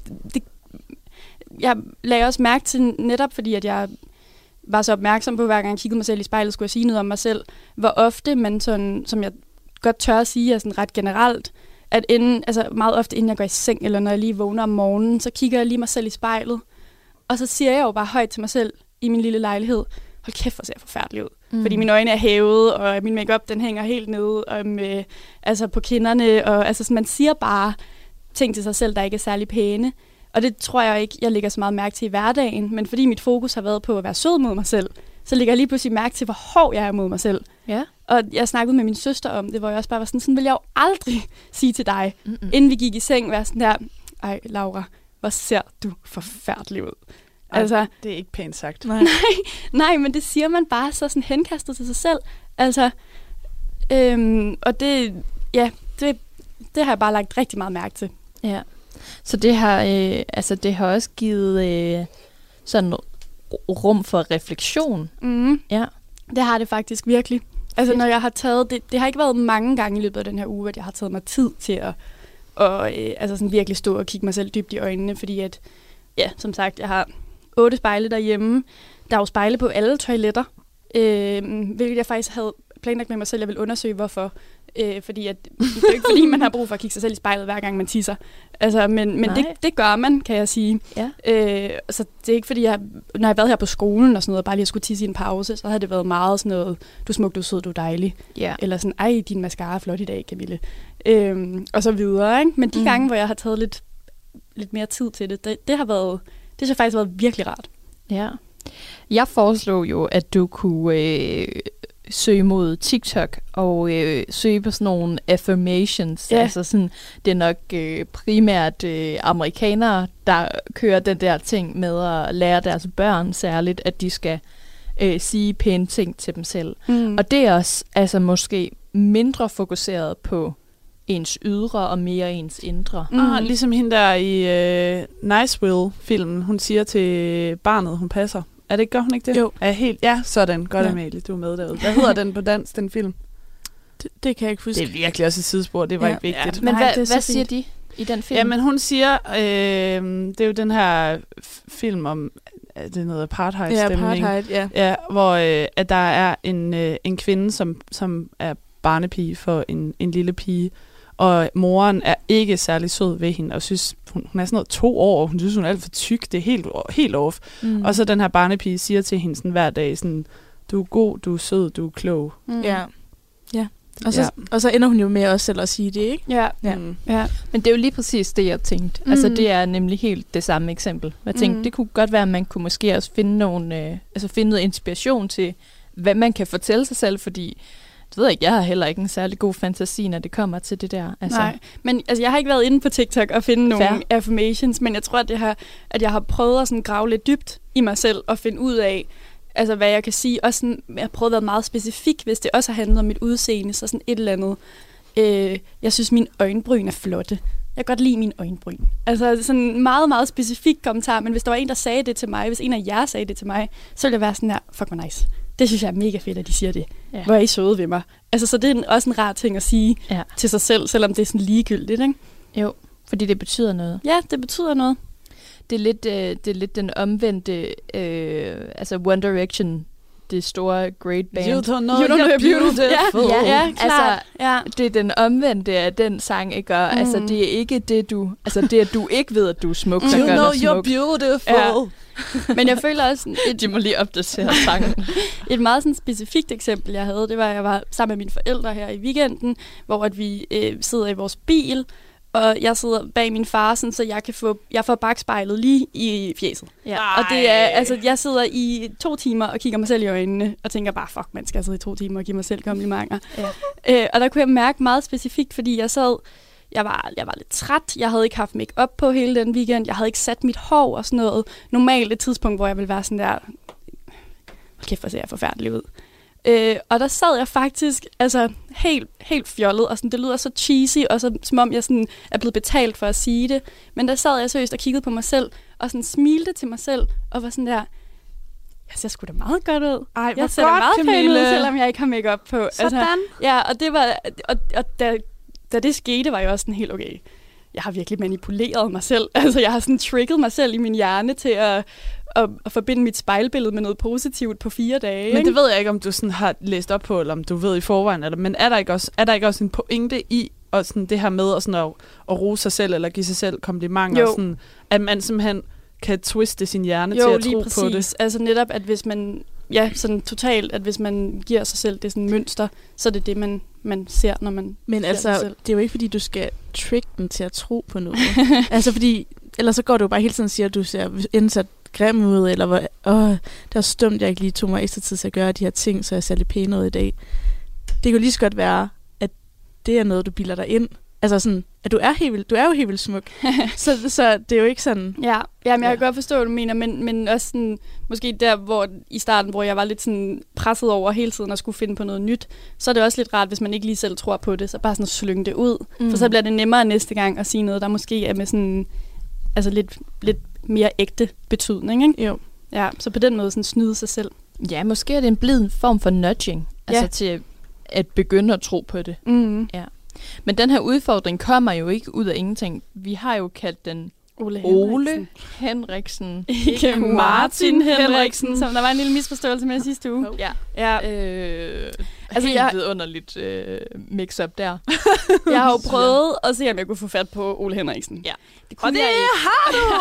jeg lagde også mærke til netop, fordi at jeg var så opmærksom på, hver gang jeg kiggede mig selv i spejlet, skulle jeg sige noget om mig selv, hvor ofte man sådan, som jeg godt tør at sige, er sådan ret generelt, at meget ofte inden jeg går i seng, eller når jeg lige vågner om morgenen, så kigger jeg lige mig selv i spejlet, og så siger jeg jo bare højt til mig selv i min lille lejlighed, hold kæft, hvor ser jeg forfærdelig ud. Fordi mine øjne er hævet, og min makeup den hænger helt nede på kinderne, og altså, man siger bare ting til sig selv, der ikke er særlig pæne. Og det tror jeg ikke, jeg lægger så meget mærke til i hverdagen, men fordi mit fokus har været på at være sød mod mig selv, så lægger jeg lige pludselig mærke til, hvor hård jeg er mod mig selv. Ja. Og jeg snakkede med min søster om det, hvor jeg også bare var sådan vil jeg jo aldrig sige til dig, inden vi gik i seng, være sådan der, ej Laura, hvor ser du forfærdelig ud. Altså, det er ikke pænt sagt. Nej, men det siger man bare så sådan henkastet til sig selv. Altså, og det har jeg bare lagt rigtig meget mærke til. Ja. Så det har, det har også givet sådan rum for refleksion. Ja. Det har det faktisk virkelig. Altså, når jeg har taget det har ikke været mange gange i løbet af den her uge, at jeg har taget mig tid til at sådan virkelig stå og kigge mig selv dybt i øjnene, fordi at, ja, som sagt, jeg har 8 spejle derhjemme. Der er jo spejle på alle toiletter, hvilket jeg faktisk havde planlagt med mig selv, jeg vil undersøge, hvorfor. Fordi det er ikke fordi, man har brug for at kigge sig selv i spejlet, hver gang man tisser. Altså, men det gør man, kan jeg sige. Ja. Så det er ikke fordi, når jeg har været her på skolen og sådan noget, bare lige at skulle tisse i en pause, så havde det været meget sådan noget, du er smuk, du er sød, du er dejlig. Ja. Eller sådan, ej, din mascara er flot i dag, Camille. Og så videre, ikke? Men de gange, hvor jeg har taget lidt mere tid til det, det har faktisk været virkelig rart. Ja. Jeg foreslog jo, at du kunne søge mod TikTok og søge på sådan nogle affirmations. Ja. Altså sådan, det er nok primært amerikanere, der kører den der ting med at lære deres børn særligt, at de skal sige pæne ting til dem selv. Og det er også altså måske mindre fokuseret på ens ydre og mere ens indre. Ligesom hende der i Niceville-filmen, hun siger til barnet, hun passer. Er det ikke, gør hun ikke det? Jo. Ja, sådan. Godt, Amalie, du er med derude. Hvad hedder den på dansk, den film? Det kan jeg ikke huske. Det er virkelig også et sidespor, det var ikke vigtigt. Ja. Men hvad siger de i den film? Ja, men hun siger, det er jo den her film om, det er noget apartheid-stemning. Ja, apartheid, ja. Hvor at der er en kvinde, som er barnepige for en lille pige, og moren er ikke særlig sød ved hende, og synes, hun er sådan noget 2 år, og hun synes, hun er alt for tyk. Det er helt off. Og så den her barnepige siger til hende sådan hver dag, sådan, du er god, du er sød, du er klog. Ja. Og så ender hun jo med også selv at sige det, ikke? Ja. Men det er jo lige præcis det, jeg tænkte. Altså, det er nemlig helt det samme eksempel. Jeg tænkte, det kunne godt være, at man kunne måske også finde finde noget inspiration til, hvad man kan fortælle sig selv, fordi det ved jeg ikke, jeg har heller ikke en særlig god fantasi, når det kommer til det der. Altså. Nej, men altså, jeg har ikke været inde på TikTok og finde nogle affirmations, men jeg tror, at jeg har prøvet at sådan grave lidt dybt i mig selv og finde ud af, altså, hvad jeg kan sige. Og sådan, jeg har prøvet at være meget specifik, hvis det også har handlet om mit udseende, så sådan et eller andet. Jeg synes, mine øjenbryn er flotte. Jeg kan godt lide mine øjenbryn. Altså sådan en meget, meget specifik kommentar, men hvis der var en, der sagde det til mig, hvis en af jer sagde det til mig, så ville jeg være sådan her, fuck hvor nice. Det synes jeg er mega fedt, at de siger det. Ja. Hvor er I søde ved mig? Altså, så det er også en rar ting at sige til sig selv, selvom det er sådan ligegyldigt, ikke? Jo, fordi det betyder noget. Ja, det betyder noget. Det er lidt den omvendte, altså One Direction, det store great band. You don't know you're beautiful. Ja, klart. Altså, det er den omvendte af den sang, ikke? Altså, det er ikke det, det er, at du ikke ved, at du er smuk, der gør dig smuk. You're beautiful. Ja. Men jeg føler også... De må lige opdatere sangen. Et meget sådan specifikt eksempel, jeg havde, det var, at jeg var sammen med mine forældre her i weekenden, hvor at vi sidder i vores bil, og jeg sidder bag min far, sådan, så jeg får bakspejlet lige i fjeset. Ja. Og det er, altså, jeg sidder i 2 timer og kigger mig selv i øjnene, og tænker bare, fuck, man skal sidde i 2 timer og give mig selv komplimenter. Ja. Og der kunne jeg mærke meget specifikt, fordi jeg sad Jeg var lidt træt. Jeg havde ikke haft make-up på hele den weekend. Jeg havde ikke sat mit hår og sådan noget. Normalt et tidspunkt, hvor jeg ville være sådan der... Kæft, hvor ser jeg forfærdelig ud. Og der sad jeg faktisk altså helt fjollet, og sådan, det lyder så cheesy, og så, som om jeg sådan er blevet betalt for at sige det. Men der sad jeg seriøst og kiggede på mig selv, og sådan smilte til mig selv, og var sådan der, jeg ser sgu da meget godt ud. Ej, jeg ser da meget pæn ud, selvom jeg ikke har make-up på. Sådan. Altså, ja, og det var, og da det skete, var jeg også sådan helt okay. Jeg har virkelig manipuleret mig selv. Altså, jeg har sådan trigget mig selv i min hjerne til at forbinde mit spejlbillede med noget positivt på 4 dage. Men det ved jeg ikke, om du sådan har læst op på, eller om du ved i forvejen. Eller, men er der ikke også en pointe i og sådan det her med at rose sig selv, eller give sig selv komplimenter? Sådan, at man simpelthen kan twiste sin hjerne til at tro på det? Altså netop, at hvis man... Ja, sådan totalt, at hvis man giver sig selv det sådan mønster, så er det det, man ser, når man Men ser altså, sig selv. det er jo ikke, fordi du skal trick den til at tro på noget. Altså, fordi... Ellers så går du jo bare hele tiden og siger, at du ser indsat grim ud, eller det var stumt, jeg ikke lige tog mig ekstra tid til at gøre de her ting, så jeg ser lidt pænere ud i dag. Det kan lige så godt være, at det er noget, du bilder dig ind. Altså sådan, at du er jo helt vildt smuk. så det er jo ikke sådan... Ja, men jeg kan godt forstå, hvad du mener, men også sådan, måske der, hvor i starten, hvor jeg var lidt sådan presset over hele tiden og skulle finde på noget nyt, så er det også lidt rart, hvis man ikke lige selv tror på det, så bare sådan slynge det ud. For så bliver det nemmere næste gang at sige noget, der måske er med sådan... Altså lidt mere ægte betydning, ikke? Jo. Ja, så på den måde sådan snyde sig selv. Ja, måske er det en blid form for nudging. Altså til at begynde at tro på det. Mm. Ja. Men den her udfordring kommer jo ikke ud af ingenting. Vi har jo kaldt den Ole Henriksen. Ikke Martin Henriksen, som der var en lille misforståelse med sidste uge. Ja. Altså, helt vidunderligt mix-up der. Jeg har jo prøvet at se, om jeg kunne få fat på Ole Henriksen. Ja. Og det har du!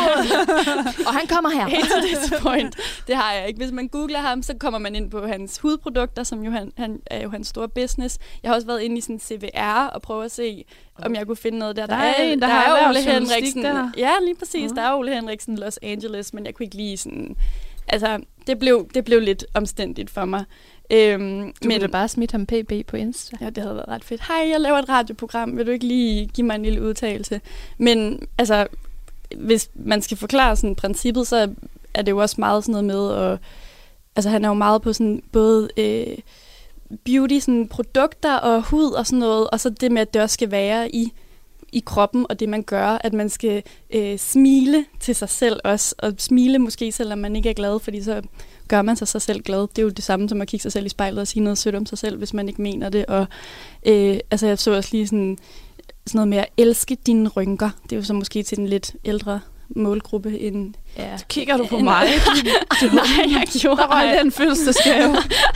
Og han kommer her. Helt til this point. Det har jeg ikke. Hvis man googler ham, så kommer man ind på hans hudprodukter, som jo han er jo hans store business. Jeg har også været inde i sådan CVR og prøve at se, om jeg kunne finde noget der. Der er Ole Henriksen. Der. Ja, lige præcis. Der er Ole Henriksen Los Angeles, men jeg kunne ikke lige sådan... Altså, det blev lidt omstændigt for mig. Men da bare smidt ham pb på Insta. Ja, det havde været ret fedt. Hej, jeg laver et radioprogram. Vil du ikke lige give mig en lille udtalelse? Men altså, hvis man skal forklare sådan princippet, så er det jo også meget sådan noget med, altså han er jo meget på sådan både beauty, sådan produkter og hud og sådan noget, og så det med, at det også skal være i kroppen, og det man gør, at man skal smile til sig selv også, og smile måske selvom man ikke er glad, fordi så gør man sig selv glad. Det er jo det samme som at kigge sig selv i spejlet og sige noget sødt om sig selv, hvis man ikke mener det. Og altså jeg så også lige sådan noget med at elske dine rynker. Det er jo så måske til den lidt ældre målgruppe end... Ja. Så kigger du på mig? Nej, jeg gjorde... Der røg den fødselsdagsgave.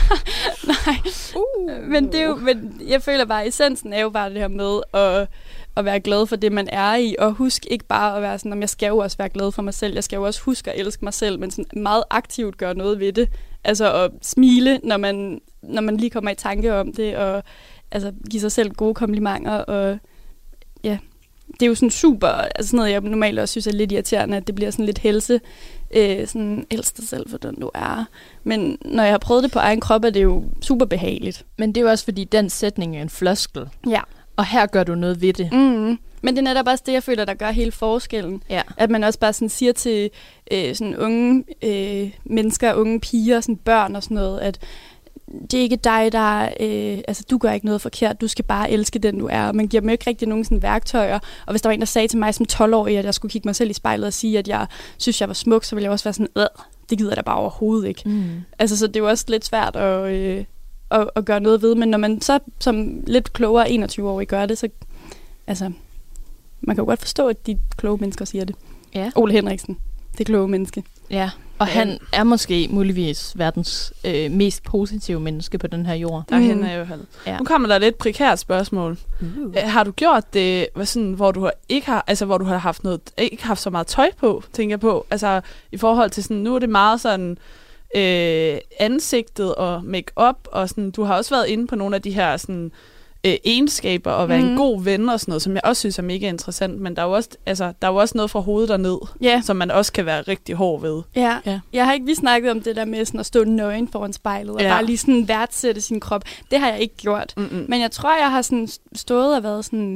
Nej. Men det er jo... Men jeg føler bare, essensen er jo bare det her med at være glad for det, man er i, og husk ikke bare at være sådan, jeg skal jo også være glad for mig selv, jeg skal jo også huske at elske mig selv, men sådan meget aktivt gøre noget ved det. Altså at smile, når man lige kommer i tanke om det, og altså give sig selv gode komplimenter, og ja, det er jo sådan super, altså sådan noget, jeg normalt også synes er lidt irriterende, at det bliver sådan lidt helse, sådan elsk dig selv for den du er. Men når jeg har prøvet det på egen krop, er det jo super behageligt. Men det er jo også, fordi den sætning er en floskel. Ja. Og her gør du noget ved det. Mm. Men det er netop også det, jeg føler, der gør hele forskellen. Ja. At man også bare sådan siger til sådan unge mennesker, unge piger, sådan børn og sådan noget, at det er ikke dig, der... altså, du gør ikke noget forkert. Du skal bare elske den, du er. Man giver dem ikke rigtig nogen sådan værktøjer. Og hvis der var en, der sagde til mig som 12-årig, at jeg skulle kigge mig selv i spejlet og sige, at jeg synes, jeg var smuk, så ville jeg også være sådan, det gider jeg da bare overhovedet ikke. Mm. Altså, så det er jo også lidt svært at gøre noget ved. Men når man så som lidt klogere 21-årig gør det, så... Altså, man kan jo godt forstå, at de kloge mennesker siger det. Ja. Ole Henriksen, det kloge menneske. Ja, og han er måske muligvis verdens mest positive menneske på den her jord. Derhen er jo halv. Ja. Nu kommer der lidt prekært spørgsmål. Har du gjort det, sådan, hvor du ikke har haft ikke haft så meget tøj på, tænker jeg på? Altså i forhold til sådan, nu er det meget sådan ansigtet og make-up, og sådan, du har også været inde på nogle af de her sådan egenskaber og være en god ven og sådan noget, som jeg også synes er mega interessant, men der er jo også noget fra hovedet og ned, som man også kan være rigtig hård ved. Ja. Jeg har ikke lige snakket om det der med sådan at stå nøgen foran spejlet og bare lige sådan værdsætte sin krop. Det har jeg ikke gjort. Men jeg tror, jeg har sådan stået og været sådan,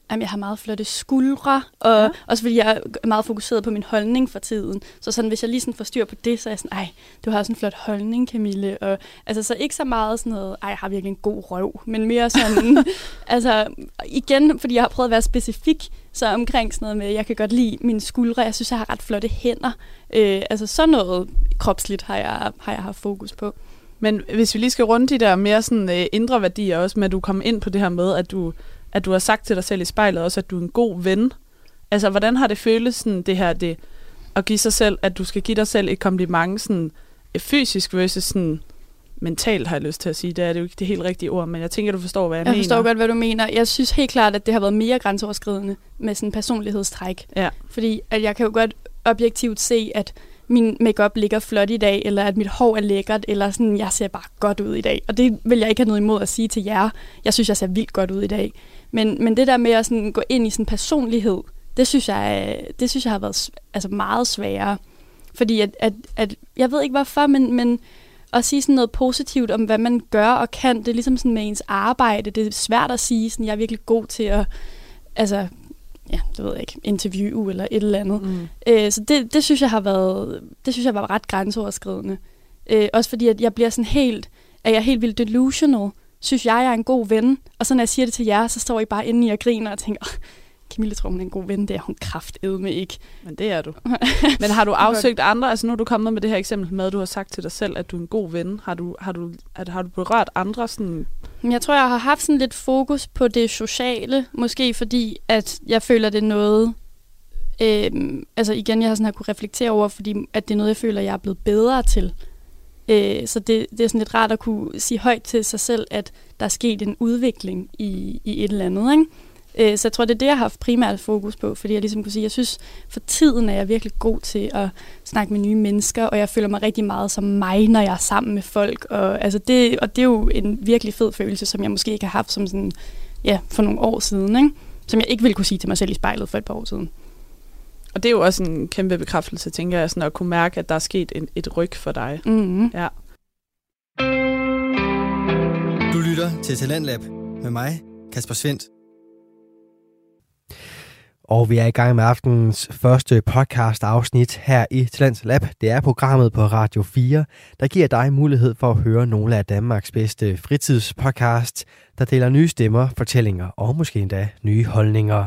Jamen, jeg har meget flotte skuldre, og også fordi jeg er meget fokuseret på min holdning for tiden. Så sådan, hvis jeg lige sådan får styr på det, så er jeg sådan, ej, du har sådan en flot holdning, Camille. Og, altså, så ikke så meget sådan noget, ej, jeg har virkelig en god røv, men mere sådan, altså, igen, fordi jeg har prøvet at være specifik, så omkring sådan noget med, jeg kan godt lide mine skuldre, jeg synes, jeg har ret flotte hænder. Altså, sådan noget kropsligt har jeg haft fokus på. Men hvis vi lige skal runde de der mere sådan indre værdier også, med at du kommer ind på det her med, at du har sagt til dig selv i spejlet også, at du er en god ven. Altså, hvordan har det føles sådan, det at give sig selv, at du skal give dig selv et kompliment sådan fysisk versus sådan mentalt, har jeg lyst til at sige. Det er det jo ikke det helt rigtige ord, men jeg tænker, du forstår, hvad jeg mener. Jeg forstår godt, hvad du mener. Jeg synes helt klart, at det har været mere grænseoverskridende med sådan personlighedstræk. Ja. Fordi at jeg kan jo godt objektivt se, at min makeup ligger flot i dag, eller at mit hår er lækkert, eller sådan, jeg ser bare godt ud i dag. Og det vil jeg ikke have noget imod at sige til jer. Jeg synes, jeg ser vildt godt ud i dag. Men det der med at sådan gå ind i sådan personlighed, det synes jeg har været altså meget sværere. Fordi at jeg ved ikke hvorfor, men at sige sådan noget positivt om, hvad man gør og kan, det er ligesom sådan med ens arbejde. Det er svært at sige, sådan, jeg er virkelig god til at, altså, ja, det ved jeg ikke, interview eller et eller andet. Så det synes jeg har været, det synes jeg var ret grænseoverskridende. Også fordi, at jeg bliver sådan helt vildt delusional. Synes jeg er en god ven. Og så når jeg siger det til jer, så står I bare inde i og griner og tænker, Camille tror, hun er en god ven. Det er hun kraftedme ikke. Men det er du. Men har du afsøgt andre? Altså nu er du kommet med det her eksempel med, at du har sagt til dig selv, at du er en god ven. Har du berørt andre sådan? Jeg tror, jeg har haft sådan lidt fokus på det sociale. Måske fordi, at jeg føler, det er noget. Altså igen, jeg har sådan her kunne reflektere over, fordi at det er noget, jeg føler, jeg er blevet bedre til. Så det er sådan lidt rart at kunne sige højt til sig selv, at der er sket en udvikling i et eller andet, ikke? Så jeg tror, det er det, jeg har haft primært fokus på, fordi jeg ligesom kunne sige, jeg synes, for tiden er jeg virkelig god til at snakke med nye mennesker, og jeg føler mig rigtig meget som mig, når jeg er sammen med folk. Og det er jo en virkelig fed følelse, som jeg måske ikke har haft som sådan, ja, for nogle år siden, ikke? Som jeg ikke ville kunne sige til mig selv i spejlet for et par år siden. Og det er jo også en kæmpe bekræftelse, tænker jeg, sådan at kunne mærke, at der er sket et ryg for dig. Mm-hmm. Ja. Du lytter til Talentlab med mig, Kasper Svendt. Og vi er i gang med aftenens første podcast-afsnit her i Talentlab. Det er programmet på Radio 4, der giver dig mulighed for at høre nogle af Danmarks bedste fritidspodcasts, der deler nye stemmer, fortællinger og måske endda nye holdninger.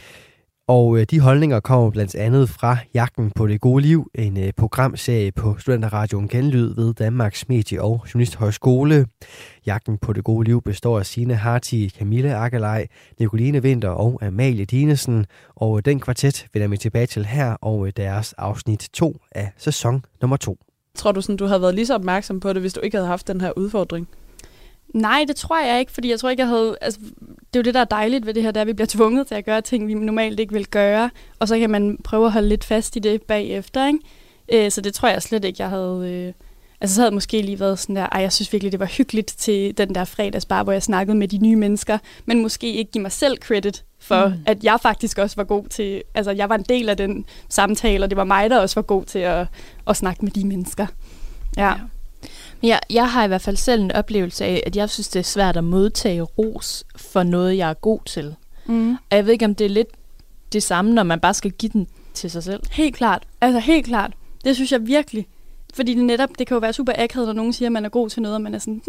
Og de holdninger kommer blandt andet fra Jagten på det gode liv, en programserie på Studenterradioen Genlyd ved Danmarks Medie- og Journalisthøjskole. Jagten på det gode liv består af Signe Harti, Camille Akkerlej, Nicoline Winther og Amalie Dinesen. Og den kvartet vender vi tilbage til her og deres afsnit 2 af sæson nummer 2. Tror du, sådan, du havde været lige så opmærksom på det, hvis du ikke havde haft den her udfordring? Nej, det tror jeg ikke, fordi jeg tror ikke, jeg havde. Altså, det er jo det, der er dejligt ved det her, der vi bliver tvunget til at gøre ting, vi normalt ikke vil gøre, og så kan man prøve at holde lidt fast i det bagefter, ikke? Så det tror jeg slet ikke, jeg havde. Altså, så havde måske lige været sådan der, jeg synes virkelig, det var hyggeligt til den der fredagsbar, hvor jeg snakkede med de nye mennesker, men måske ikke give mig selv credit for, at jeg faktisk også var god til. Altså, jeg var en del af den samtale, og det var mig, der også var god til at snakke med de mennesker. Ja. Jeg har i hvert fald selv en oplevelse af, at jeg synes, det er svært at modtage ros for noget, jeg er god til. Og jeg ved ikke, om det er lidt det samme, når man bare skal give den til sig selv. Helt klart. Altså helt klart. Det synes jeg virkelig. Fordi det kan jo være super akavet, når nogen siger, at man er god til noget, og man er sådan,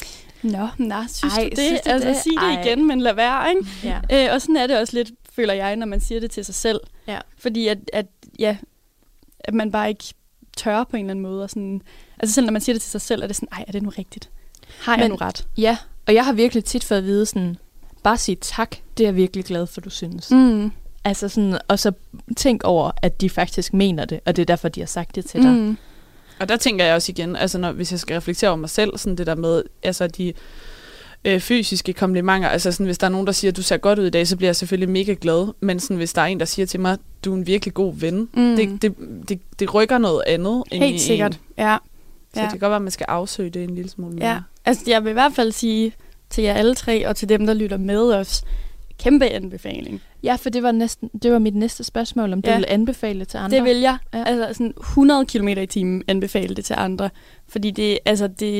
synes du det? Altså sig det igen, men lad være, ikke? Ja. Og sådan er det også lidt, føler jeg, når man siger det til sig selv. Ja. Fordi at man bare ikke tør på en eller anden måde. Og sådan, altså selv når man siger det til sig selv, er det sådan, er det nu rigtigt? Har jeg nu ret? Ja, og jeg har virkelig tit fået at vide sådan, bare sige tak, det er jeg virkelig glad for, du synes. Altså sådan, og så tænk over, at de faktisk mener det, og det er derfor, de har sagt det til dig. Og der tænker jeg også igen, altså hvis jeg skal reflektere over mig selv, sådan det der med, altså de fysiske komplimenter, altså sådan, hvis der er nogen, der siger, at du ser godt ud i dag, så bliver jeg selvfølgelig mega glad, men sådan, hvis der er en, der siger til mig, du er en virkelig god ven, det rykker noget andet. Helt sikkert, ja. Så det kan godt være, at man skal afsøge det en lille smule mere. Ja, altså jeg vil i hvert fald sige til jer alle tre, og til dem, der lytter med os, kæmpe anbefaling. Ja, for det var mit næste spørgsmål, om du vil anbefale det til andre. Det vil jeg. Ja. Altså sådan 100 km/t anbefale det til andre, fordi det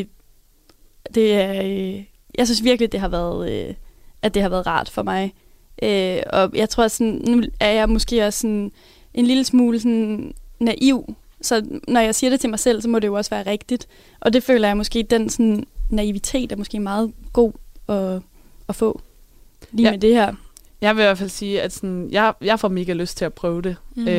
er jeg synes virkelig, det har været rart for mig. Og jeg tror, sådan, nu er jeg måske også sådan en lille smule sådan naiv. Så når jeg siger det til mig selv, så må det jo også være rigtigt. Og det føler jeg måske, den sådan naivitet er måske meget god at få lige med det her. Jeg vil i hvert fald sige, at sådan, jeg får mega lyst til at prøve det.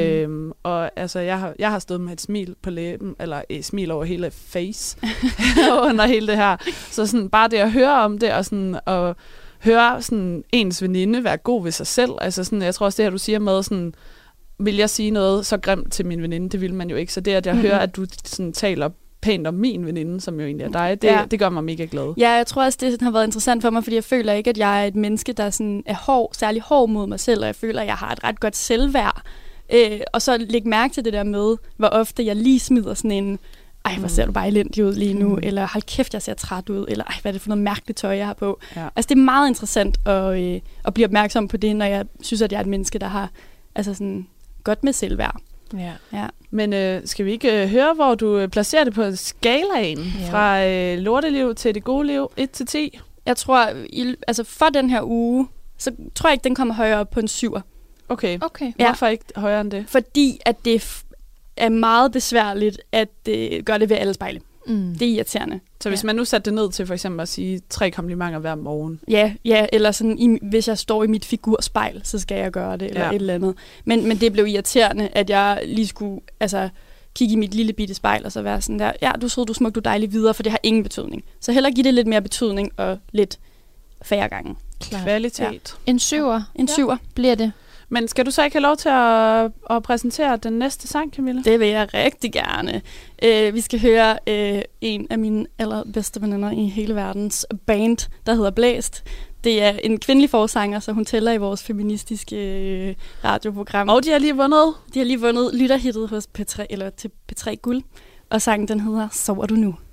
Og altså, jeg har stået med et smil på læben, eller et smil over hele face, under hele det her. Så sådan, bare det at høre om det, og sådan, at høre sådan, ens veninde være god ved sig selv. Altså, sådan, jeg tror også, det her, du siger med, sådan, vil jeg sige noget så grimt til min veninde? Det vil man jo ikke. Så det, at jeg hører, at du sådan, taler pænt om min veninde, som jo egentlig er dig, det gør mig mega glad. Ja, jeg tror også, det har været interessant for mig, fordi jeg føler ikke, at jeg er et menneske, der sådan er særlig hård mod mig selv, og jeg føler, at jeg har et ret godt selvværd. Og så læg mærke til det der med, hvor ofte jeg lige smider sådan en, ej, hvor ser du bare elendig ud lige nu, eller hold kæft, jeg ser træt ud, eller ej, hvad er det for noget mærkeligt tøj, jeg har på. Ja. Altså, det er meget interessant at blive opmærksom på det, når jeg synes, at jeg er et menneske, der har altså sådan godt med selvværd. Ja. Men skal vi ikke høre, hvor du placerer det på skalaen fra lorteliv til det gode liv, 1-10? Jeg tror, altså for den her uge, så tror jeg ikke, den kommer højere op på en 7'er. Okay. Hvorfor ikke højere end det? Fordi at det er meget besværligt at gøre det ved alle spejle. Det er irriterende. Så hvis man nu satte det ned til for eksempel at sige 3 komplimenter hver morgen. Ja, eller sådan, hvis jeg står i mit figurspejl, så skal jeg gøre det, eller et eller andet. Men det blev irriterende, at jeg lige skulle kigge i mit lille bitte spejl, og så være sådan der, ja, du er sød, du er smuk, du er dejlig videre, for det har ingen betydning. Så hellere give det lidt mere betydning, og lidt færre gange. Kvalitet. En 7'er. En 7'er bliver det. Men skal du så ikke have lov til at præsentere den næste sang, Camilla? Det vil jeg rigtig gerne. Vi skal høre en af mine allerbedste veninder i hele verdens band, der hedder Blæst. Det er en kvindelig forsanger, så hun tæller i vores feministiske radioprogram. Og de har lige vundet? De har lige vundet lytterhittet hos P3, eller til P3 Guld. Og sangen, den hedder Sover du nu?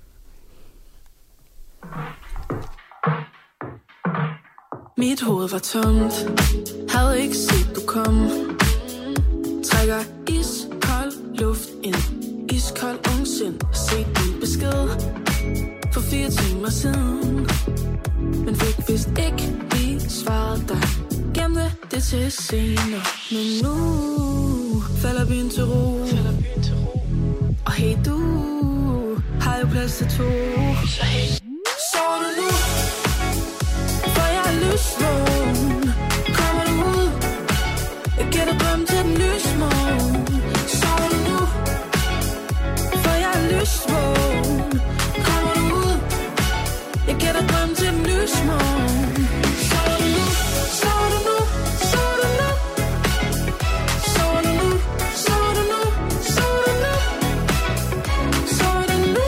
Mit hoved var tomt, havde ikke set du kom. Trækker iskold luft ind, iskold ungsind. Set din besked for 4 timer siden, men fik vist ikke lige svaret dig. Gemte det til senere, men nu falder byen til ro. Og hey, du har jo plads til 2. Så hey, sover du nu? Lysvågen, kommer du ud? Jeg giver dig drøm til den lysmåne. Sover du nu? For jeg er lysvågen. Kommer du ud? Jeg giver dig drøm til den lysmåne. Sover du nu? Sover du nu? Sover du nu? Sover du nu? Sover du nu? Sover du nu? Sover du nu?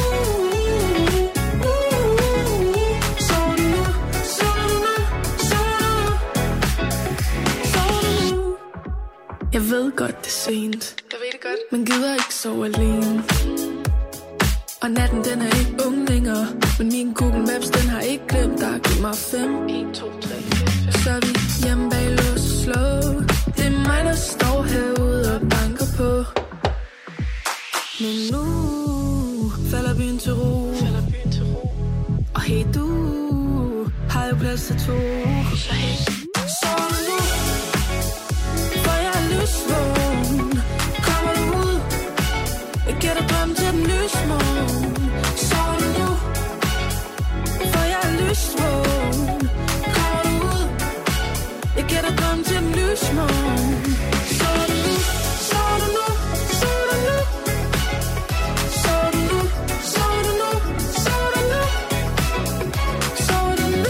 Jeg ved godt, det er sent. Jeg ved det godt. Men gider ikke sove alene. Og natten, den er ikke ung længere. Men min Google Maps, den har ikke glemt dig. Giv mig 5, 1, 2, 3, 4, 5. Så er vi hjemme bag lås og slå. Det er mig, der står herude og banker på. Men nu falder byen til ro. Og hey, du har jo plads til 2. Så hey, sover du nu? Lysvågen, kommer du ud? Jeg giver dig drøm til den lysmåne. Sover du nu? For jeg er lysvågen. Kommer du ud? Jeg giver dig drøm til den lysmåne. Sover du nu? Sover du nu? Sover du nu? Sover du nu? Sover du nu? Sover du nu? Sover du nu?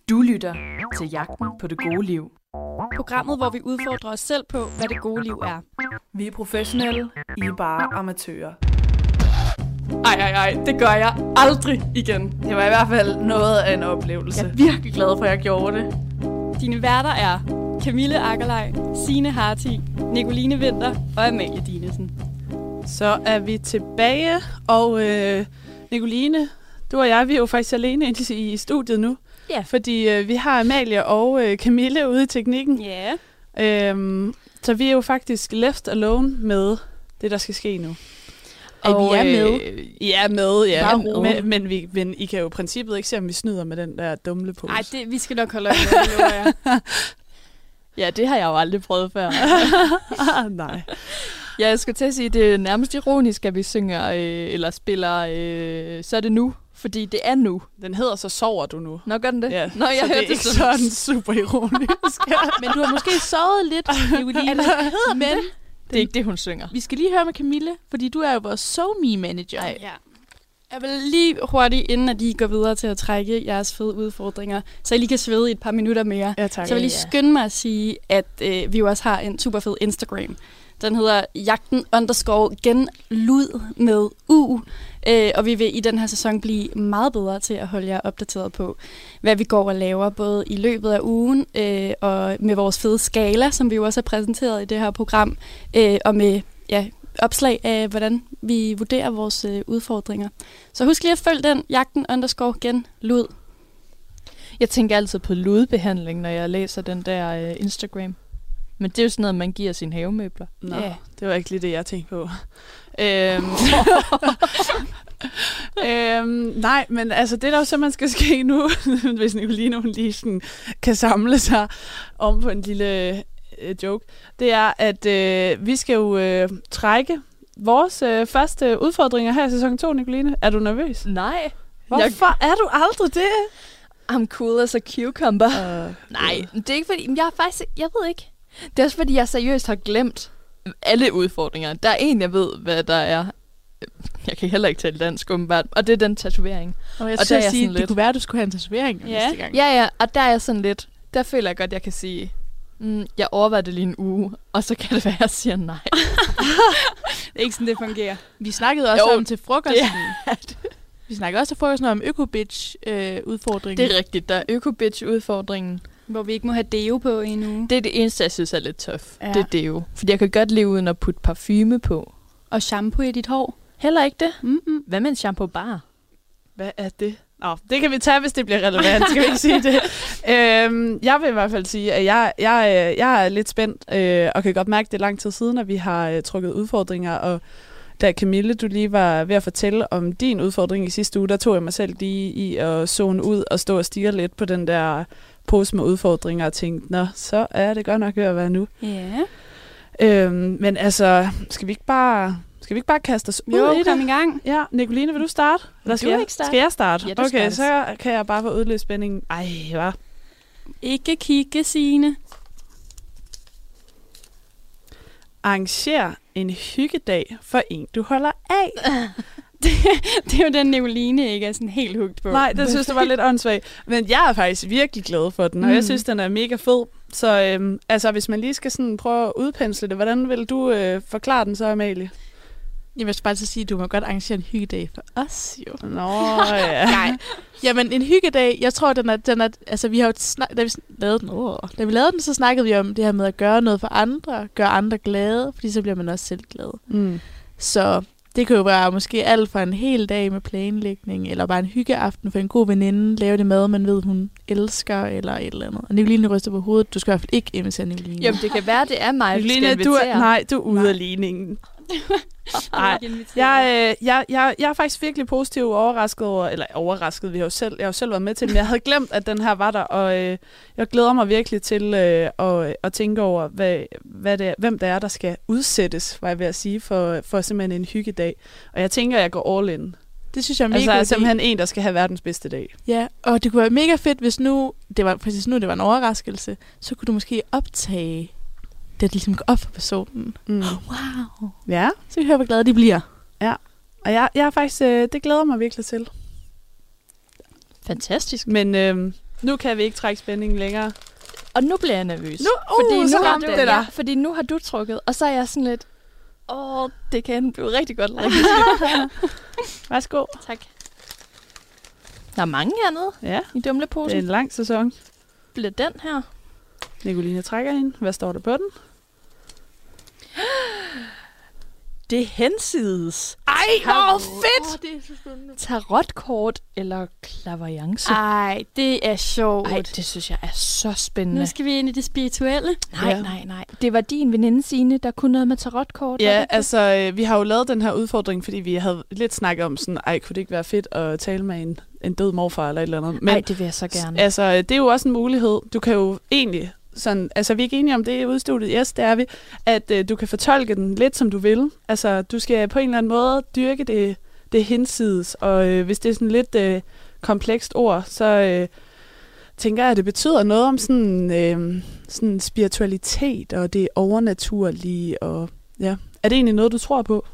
Du lytter til Jagten på det gode liv. Programmet, hvor vi udfordrer os selv på, hvad det gode liv er. Vi er professionelle, I er bare amatører. Ej, det gør jeg aldrig igen. Det var i hvert fald noget af en oplevelse. Jeg er virkelig glad for, at jeg gjorde det. Dine værter er Camille Akkerlej, Signe Harti, Nicoline Winther og Amalie Dinesen. Så er vi tilbage, og Nicoline, du og jeg, vi er jo faktisk alene inde i studiet nu. Ja. Fordi vi har Amalie og Camille ude i teknikken. Ja. Så vi er jo faktisk left alone med det, der skal ske nu. Og vi er med. I er med, ja. Med. Men I kan jo i princippet ikke se, om vi snyder med den der dumlepose. Nej, vi skal nok holde øje med det, lover jeg. Ja, det har jeg jo aldrig prøvet før. Nej. Ja, jeg skulle til at sige, det er nærmest ironisk, at vi synger eller spiller Så er det nu. Fordi det er nu. Den hedder Så sover du nu. Nå, gør den det? Ja. Nå, jeg så hørte det er ikke sådan super ironisk. Men du har måske sovet lidt, Nicoline. Men det er ikke det, hun synger. Vi skal lige høre med Camille, fordi du er jo vores SoMe-manager. Ja. Jeg vil lige hurtigt, inden at I går videre til at trække jeres fede udfordringer, så I lige kan svede i et par minutter mere. Ja, tak. Så vil jeg lige skynde mig at sige, at vi jo også har en super fed Instagram. Den hedder jagten_genlyd med U. Og vi vil i den her sæson blive meget bedre til at holde jer opdateret på, hvad vi går og laver, både i løbet af ugen og med vores fede skala, som vi jo også har præsenteret i det her program, og med opslag af, hvordan vi vurderer vores udfordringer. Så husk lige at følge den, jagten_genlyd. Jeg tænker altid på lydbehandling, når jeg læser den der Instagram. Men det er jo sådan noget, man giver sine havemøbler. Nå, det var ikke lige det, jeg tænkte på. Nej, men altså det, der jo simpelthen skal ske nu, hvis Nicoline hun lige sådan kan samle sig om på en lille joke, det er, at vi skal jo trække vores første udfordringer her i sæson 2, Nicoline. Er du nervøs? Nej. Hvorfor er du aldrig det? I'm cool as a cucumber. Nej, det er ikke fordi, jeg ved ikke. Det er også fordi, jeg seriøst har glemt alle udfordringer. Der er en, jeg ved, hvad der er. Jeg kan heller ikke tale dansk, åbenbart. Og det er den tatovering. Og jeg skal sige, det kunne være, at du skulle have en tatovering næste gang. Ja, og der er jeg sådan lidt, der føler jeg godt, jeg kan sige, jeg overvejer det lige en uge, og så kan det være, at jeg siger nej. Det er ikke sådan, det fungerer. Vi snakkede også om til frokosten. Vi snakkede også til frokosten om økobitch-udfordringen. Det er rigtigt, der er økobitch-udfordringen. Hvor vi ikke må have deo på i en uge. Det er det eneste, jeg synes er lidt tough. Ja. Det er deo. Fordi jeg kan godt leve uden at putte parfume på. Og shampoo i dit hår. Heller ikke det. Hvad med en shampoo bar? Hvad er det? Nå, det kan vi tage, hvis det bliver relevant. Skal vi ikke sige det? Jeg vil i hvert fald sige, at jeg er lidt spændt, og kan godt mærke, det er lang tid siden, at vi har trukket udfordringer. Og da Camille, du lige var ved at fortælle om din udfordring i sidste uge, der tog jeg mig selv lige i at zone ud og stå og stirre lidt på den der pose med udfordringer og tænkte, nå, så er det godt nok ved at være nu. Ja. Men altså, skal vi ikke bare kaste os ud i det? Kom i gang. Ja, Nicoline, vil du starte? Eller skal jeg starte? Ja, du okay, startes. så kan jeg bare få udløst spændingen. Ej, hvad? Ikke kigge, Signe. Arranger en hyggedag for en, du holder af. Det er jo den, Nicoline ikke er sådan helt hugt på. Nej, det synes jeg var lidt åndssvagt. Men jeg er faktisk virkelig glad for den, og jeg synes, den er mega fed. Så altså, hvis man lige skal sådan prøve at udpensle det, hvordan vil du forklare den så, Amalie? Jeg vil bare til at sige, at du må godt arrangere en hyggedag for os, jo. Nå, ja. Nej. Jamen, en hyggedag, jeg tror, den er altså, vi har jo da vi lavede den, så snakkede vi om det her med at gøre noget for andre, gøre andre glade, fordi så bliver man også selv glad. Så det kan jo være måske alt fra en hel dag med planlægning, eller bare en hyggeaften for en god veninde, lave det mad, man ved, hun elsker, eller et eller andet. Og Nicoline ryster på hovedet. Du skal i hvert fald ikke invitere Nicoline. Jamen, det kan være, det er mig, Nicoline, der skal invitere. du er ude af ligningen. Nej, jeg er faktisk virkelig positiv overrasket, jeg har jo selv været med til, men jeg havde glemt, at den her var der, og jeg glæder mig virkelig til at tænke over, hvem det er, der skal udsættes, var jeg ved at sige, for simpelthen en hyggedag. Og jeg tænker, at jeg går all in. Det synes jeg er mega altså simpelthen en, der skal have verdens bedste dag. Ja, og det kunne være mega fedt, hvis det var en overraskelse, så kunne du måske optage det ligesom går op for personen. Wow. Ja. Så vi hører, hvor glade de bliver. Ja. Og jeg er faktisk, det glæder mig virkelig til. Fantastisk. Men Nu kan vi ikke trække spændingen længere. Og nu bliver jeg nervøs. Fordi nu har du trukket, og så er jeg sådan lidt, det kan blive rigtig godt. Værsgo. Tak. Der er mange hernede i dumleposen. Det er en lang sæson. Bliver den her? Nicoline trækker hende. Hvad står der på den? Det er hensides. Ej, hvor fedt! Det er så spændende. Tarotkort eller klaverjance? Ej, det er sjovt. Ej, det synes jeg er så spændende. Nu skal vi ind i det spirituelle. Nej. Det var din veninde Signe, der kunne noget med tarotkort. Ja, altså, vi har jo lavet den her udfordring, fordi vi havde lidt snakket om sådan, kunne det ikke være fedt at tale med en død morfar eller et eller andet. Men, nej, det vil jeg så gerne. Altså, det er jo også en mulighed. Du kan jo egentlig sådan, altså vi er ikke enige om det i udstudiet, det er vi, at du kan fortolke den lidt som du vil. Altså, du skal på en eller anden måde dyrke det hinsides, og hvis det er sådan lidt komplekst ord, så tænker jeg, at det betyder noget om sådan spiritualitet og det overnaturlige, og ja. Er det egentlig noget, du tror på?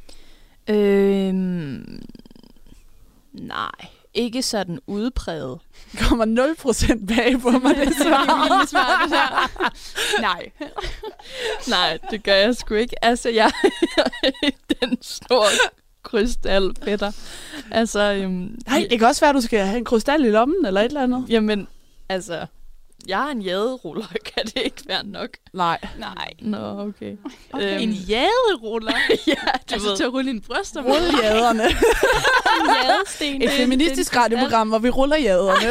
Nej. Ikke sådan udpræget. Det kommer 0% bag på mig, det svar. Nej. Nej, det gør jeg sgu ikke. Altså, jeg er den store krystalfætter. Altså, nej, det kan også være, at du skal have en krystal i lommen, eller et eller andet. Jamen, altså, jeg har en jaderuller. Kan det ikke være nok? Nej. Nå, okay. En jaderuller? Ja, du ved. Til at rulle dine bryster. Rulle jaderne. En jadesten. Et feministisk radioprogram, hvor vi ruller jaderne.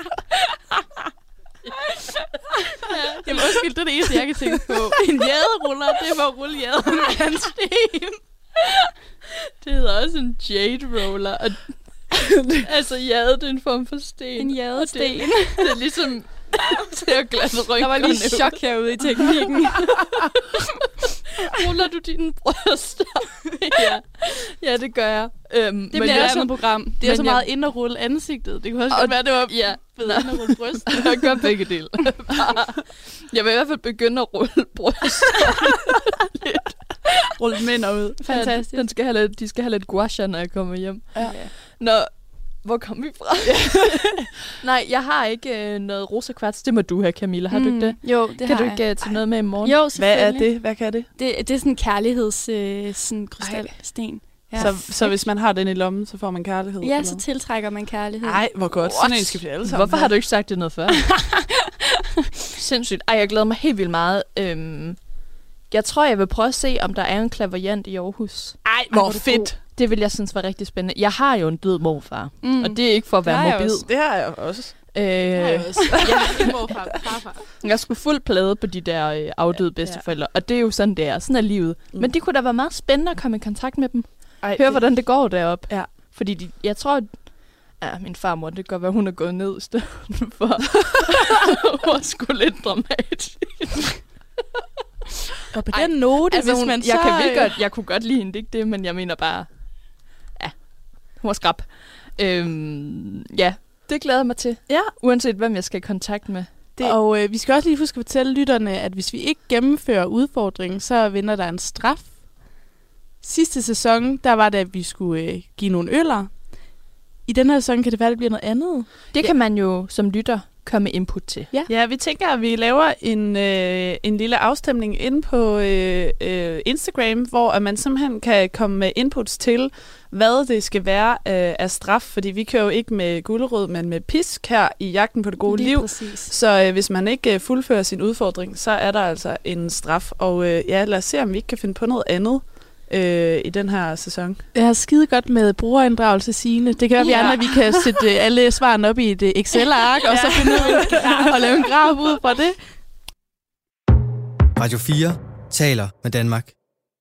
Jamen undskyld, det er det eneste, jeg kan tænke på. En jaderuller, det er for at rulle jaderne med en sten. Det hedder også en jade roller. Og altså, jade, det er en form for sten. En jadesten. Det er ligesom til at glatte rynkerne. Der var lige chok herude i teknikken. Ruller du dine bryster? Ja, det gør jeg. Det bliver også et program. Det er så meget ind at rulle ansigtet. Det kunne også være, det var bedre end at rulle brystet. Jeg gør begge dele. Jeg vil i hvert fald begynde at rulle bryster. Rulle mænd ud. Fantastisk. De skal have lidt guasha, når jeg kommer hjem. Ja. Nå, hvor kom vi fra? Nej, jeg har ikke noget rosa kvarts. Det må du have, Camilla. Har du ikke det? Jo, det kan har du ikke tage noget med i morgen? Jo, selvfølgelig. Hvad er det? Hvad kan det? Det er sådan en kærligheds krystalsten. Ja. Så hvis man har den i lommen, så får man kærlighed? Ja, så tiltrækker man kærlighed. Nej, hvor godt. Sådan en skal vi alle sammen. Hvorfor har du ikke sagt det noget før? Sindssygt. Jeg glæder mig helt vildt meget. Jeg tror, jeg vil prøve at se, om der er en klaverjant i Aarhus. Ej, hvor fedt. God. Det vil jeg synes var rigtig spændende. Jeg har jo en død morfar, og det er ikke for at være morbid. Det har jeg også. Jeg skulle fuld plade på de der afdøde bedsteforældre, og det er jo sådan, det er. Sådan er livet. Men det kunne da være meget spændende at komme i kontakt med dem. Høre, hvordan det går deroppe. Ja. Fordi jeg tror, min farmor, det kan godt være, hun er gået ned i stedet for. Hun var sgu lidt dramatisk. Og på den note, altså, hvis man jeg kunne godt lide hende, ikke det, men jeg mener bare, hun var skrab. Det glæder jeg mig til. Ja. Uanset hvem jeg skal i kontakt med. Og vi skal også lige huske at fortælle lytterne, at hvis vi ikke gennemfører udfordringen, så vinder der en straf. Sidste sæson, der var det, at vi skulle give nogle øller. I den her sæson kan det være, at det bliver noget andet. Det kan man jo som lytter komme med input til. Ja, vi tænker, at vi laver en lille afstemning inde på Instagram, hvor man simpelthen kan komme med inputs til, hvad det skal være af straf. Fordi vi kører jo ikke med gulerod, men med pisk her i Jagten på det gode liv. Præcis. Så hvis man ikke fuldfører sin udfordring, så er der altså en straf. Og lad os se, om vi ikke kan finde på noget andet i den her sæson. Jeg har skide godt med brugerinddragelse, Signe. Det kan være, vi andre, vi kan sætte alle svarene op i et Excel-ark, og så finde ud af at lave en graf ud fra det. Radio 4 taler med Danmark.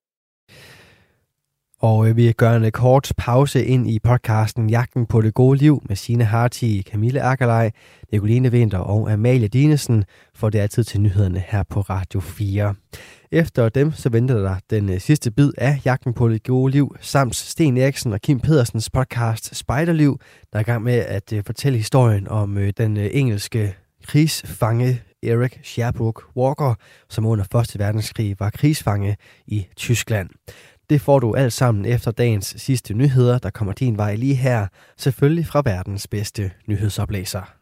Og vi gør en kort pause ind i podcasten Jagten på det gode liv med Signe Harti, Camille Akkerlej, Nicoline Winther og Amalie Dinesen, for det er tid til nyhederne her på Radio 4. Efter dem så venter der den sidste bid af Jagten på det gode liv, samt Sten Eriksen og Kim Pedersens podcast Spejderliv, der er i gang med at fortælle historien om den engelske krigsfange Eric Sherbrooke Walker, som under 1. verdenskrig var krigsfange i Tyskland. Det får du alt sammen efter dagens sidste nyheder, der kommer din vej lige her, selvfølgelig fra verdens bedste nyhedsoplæser.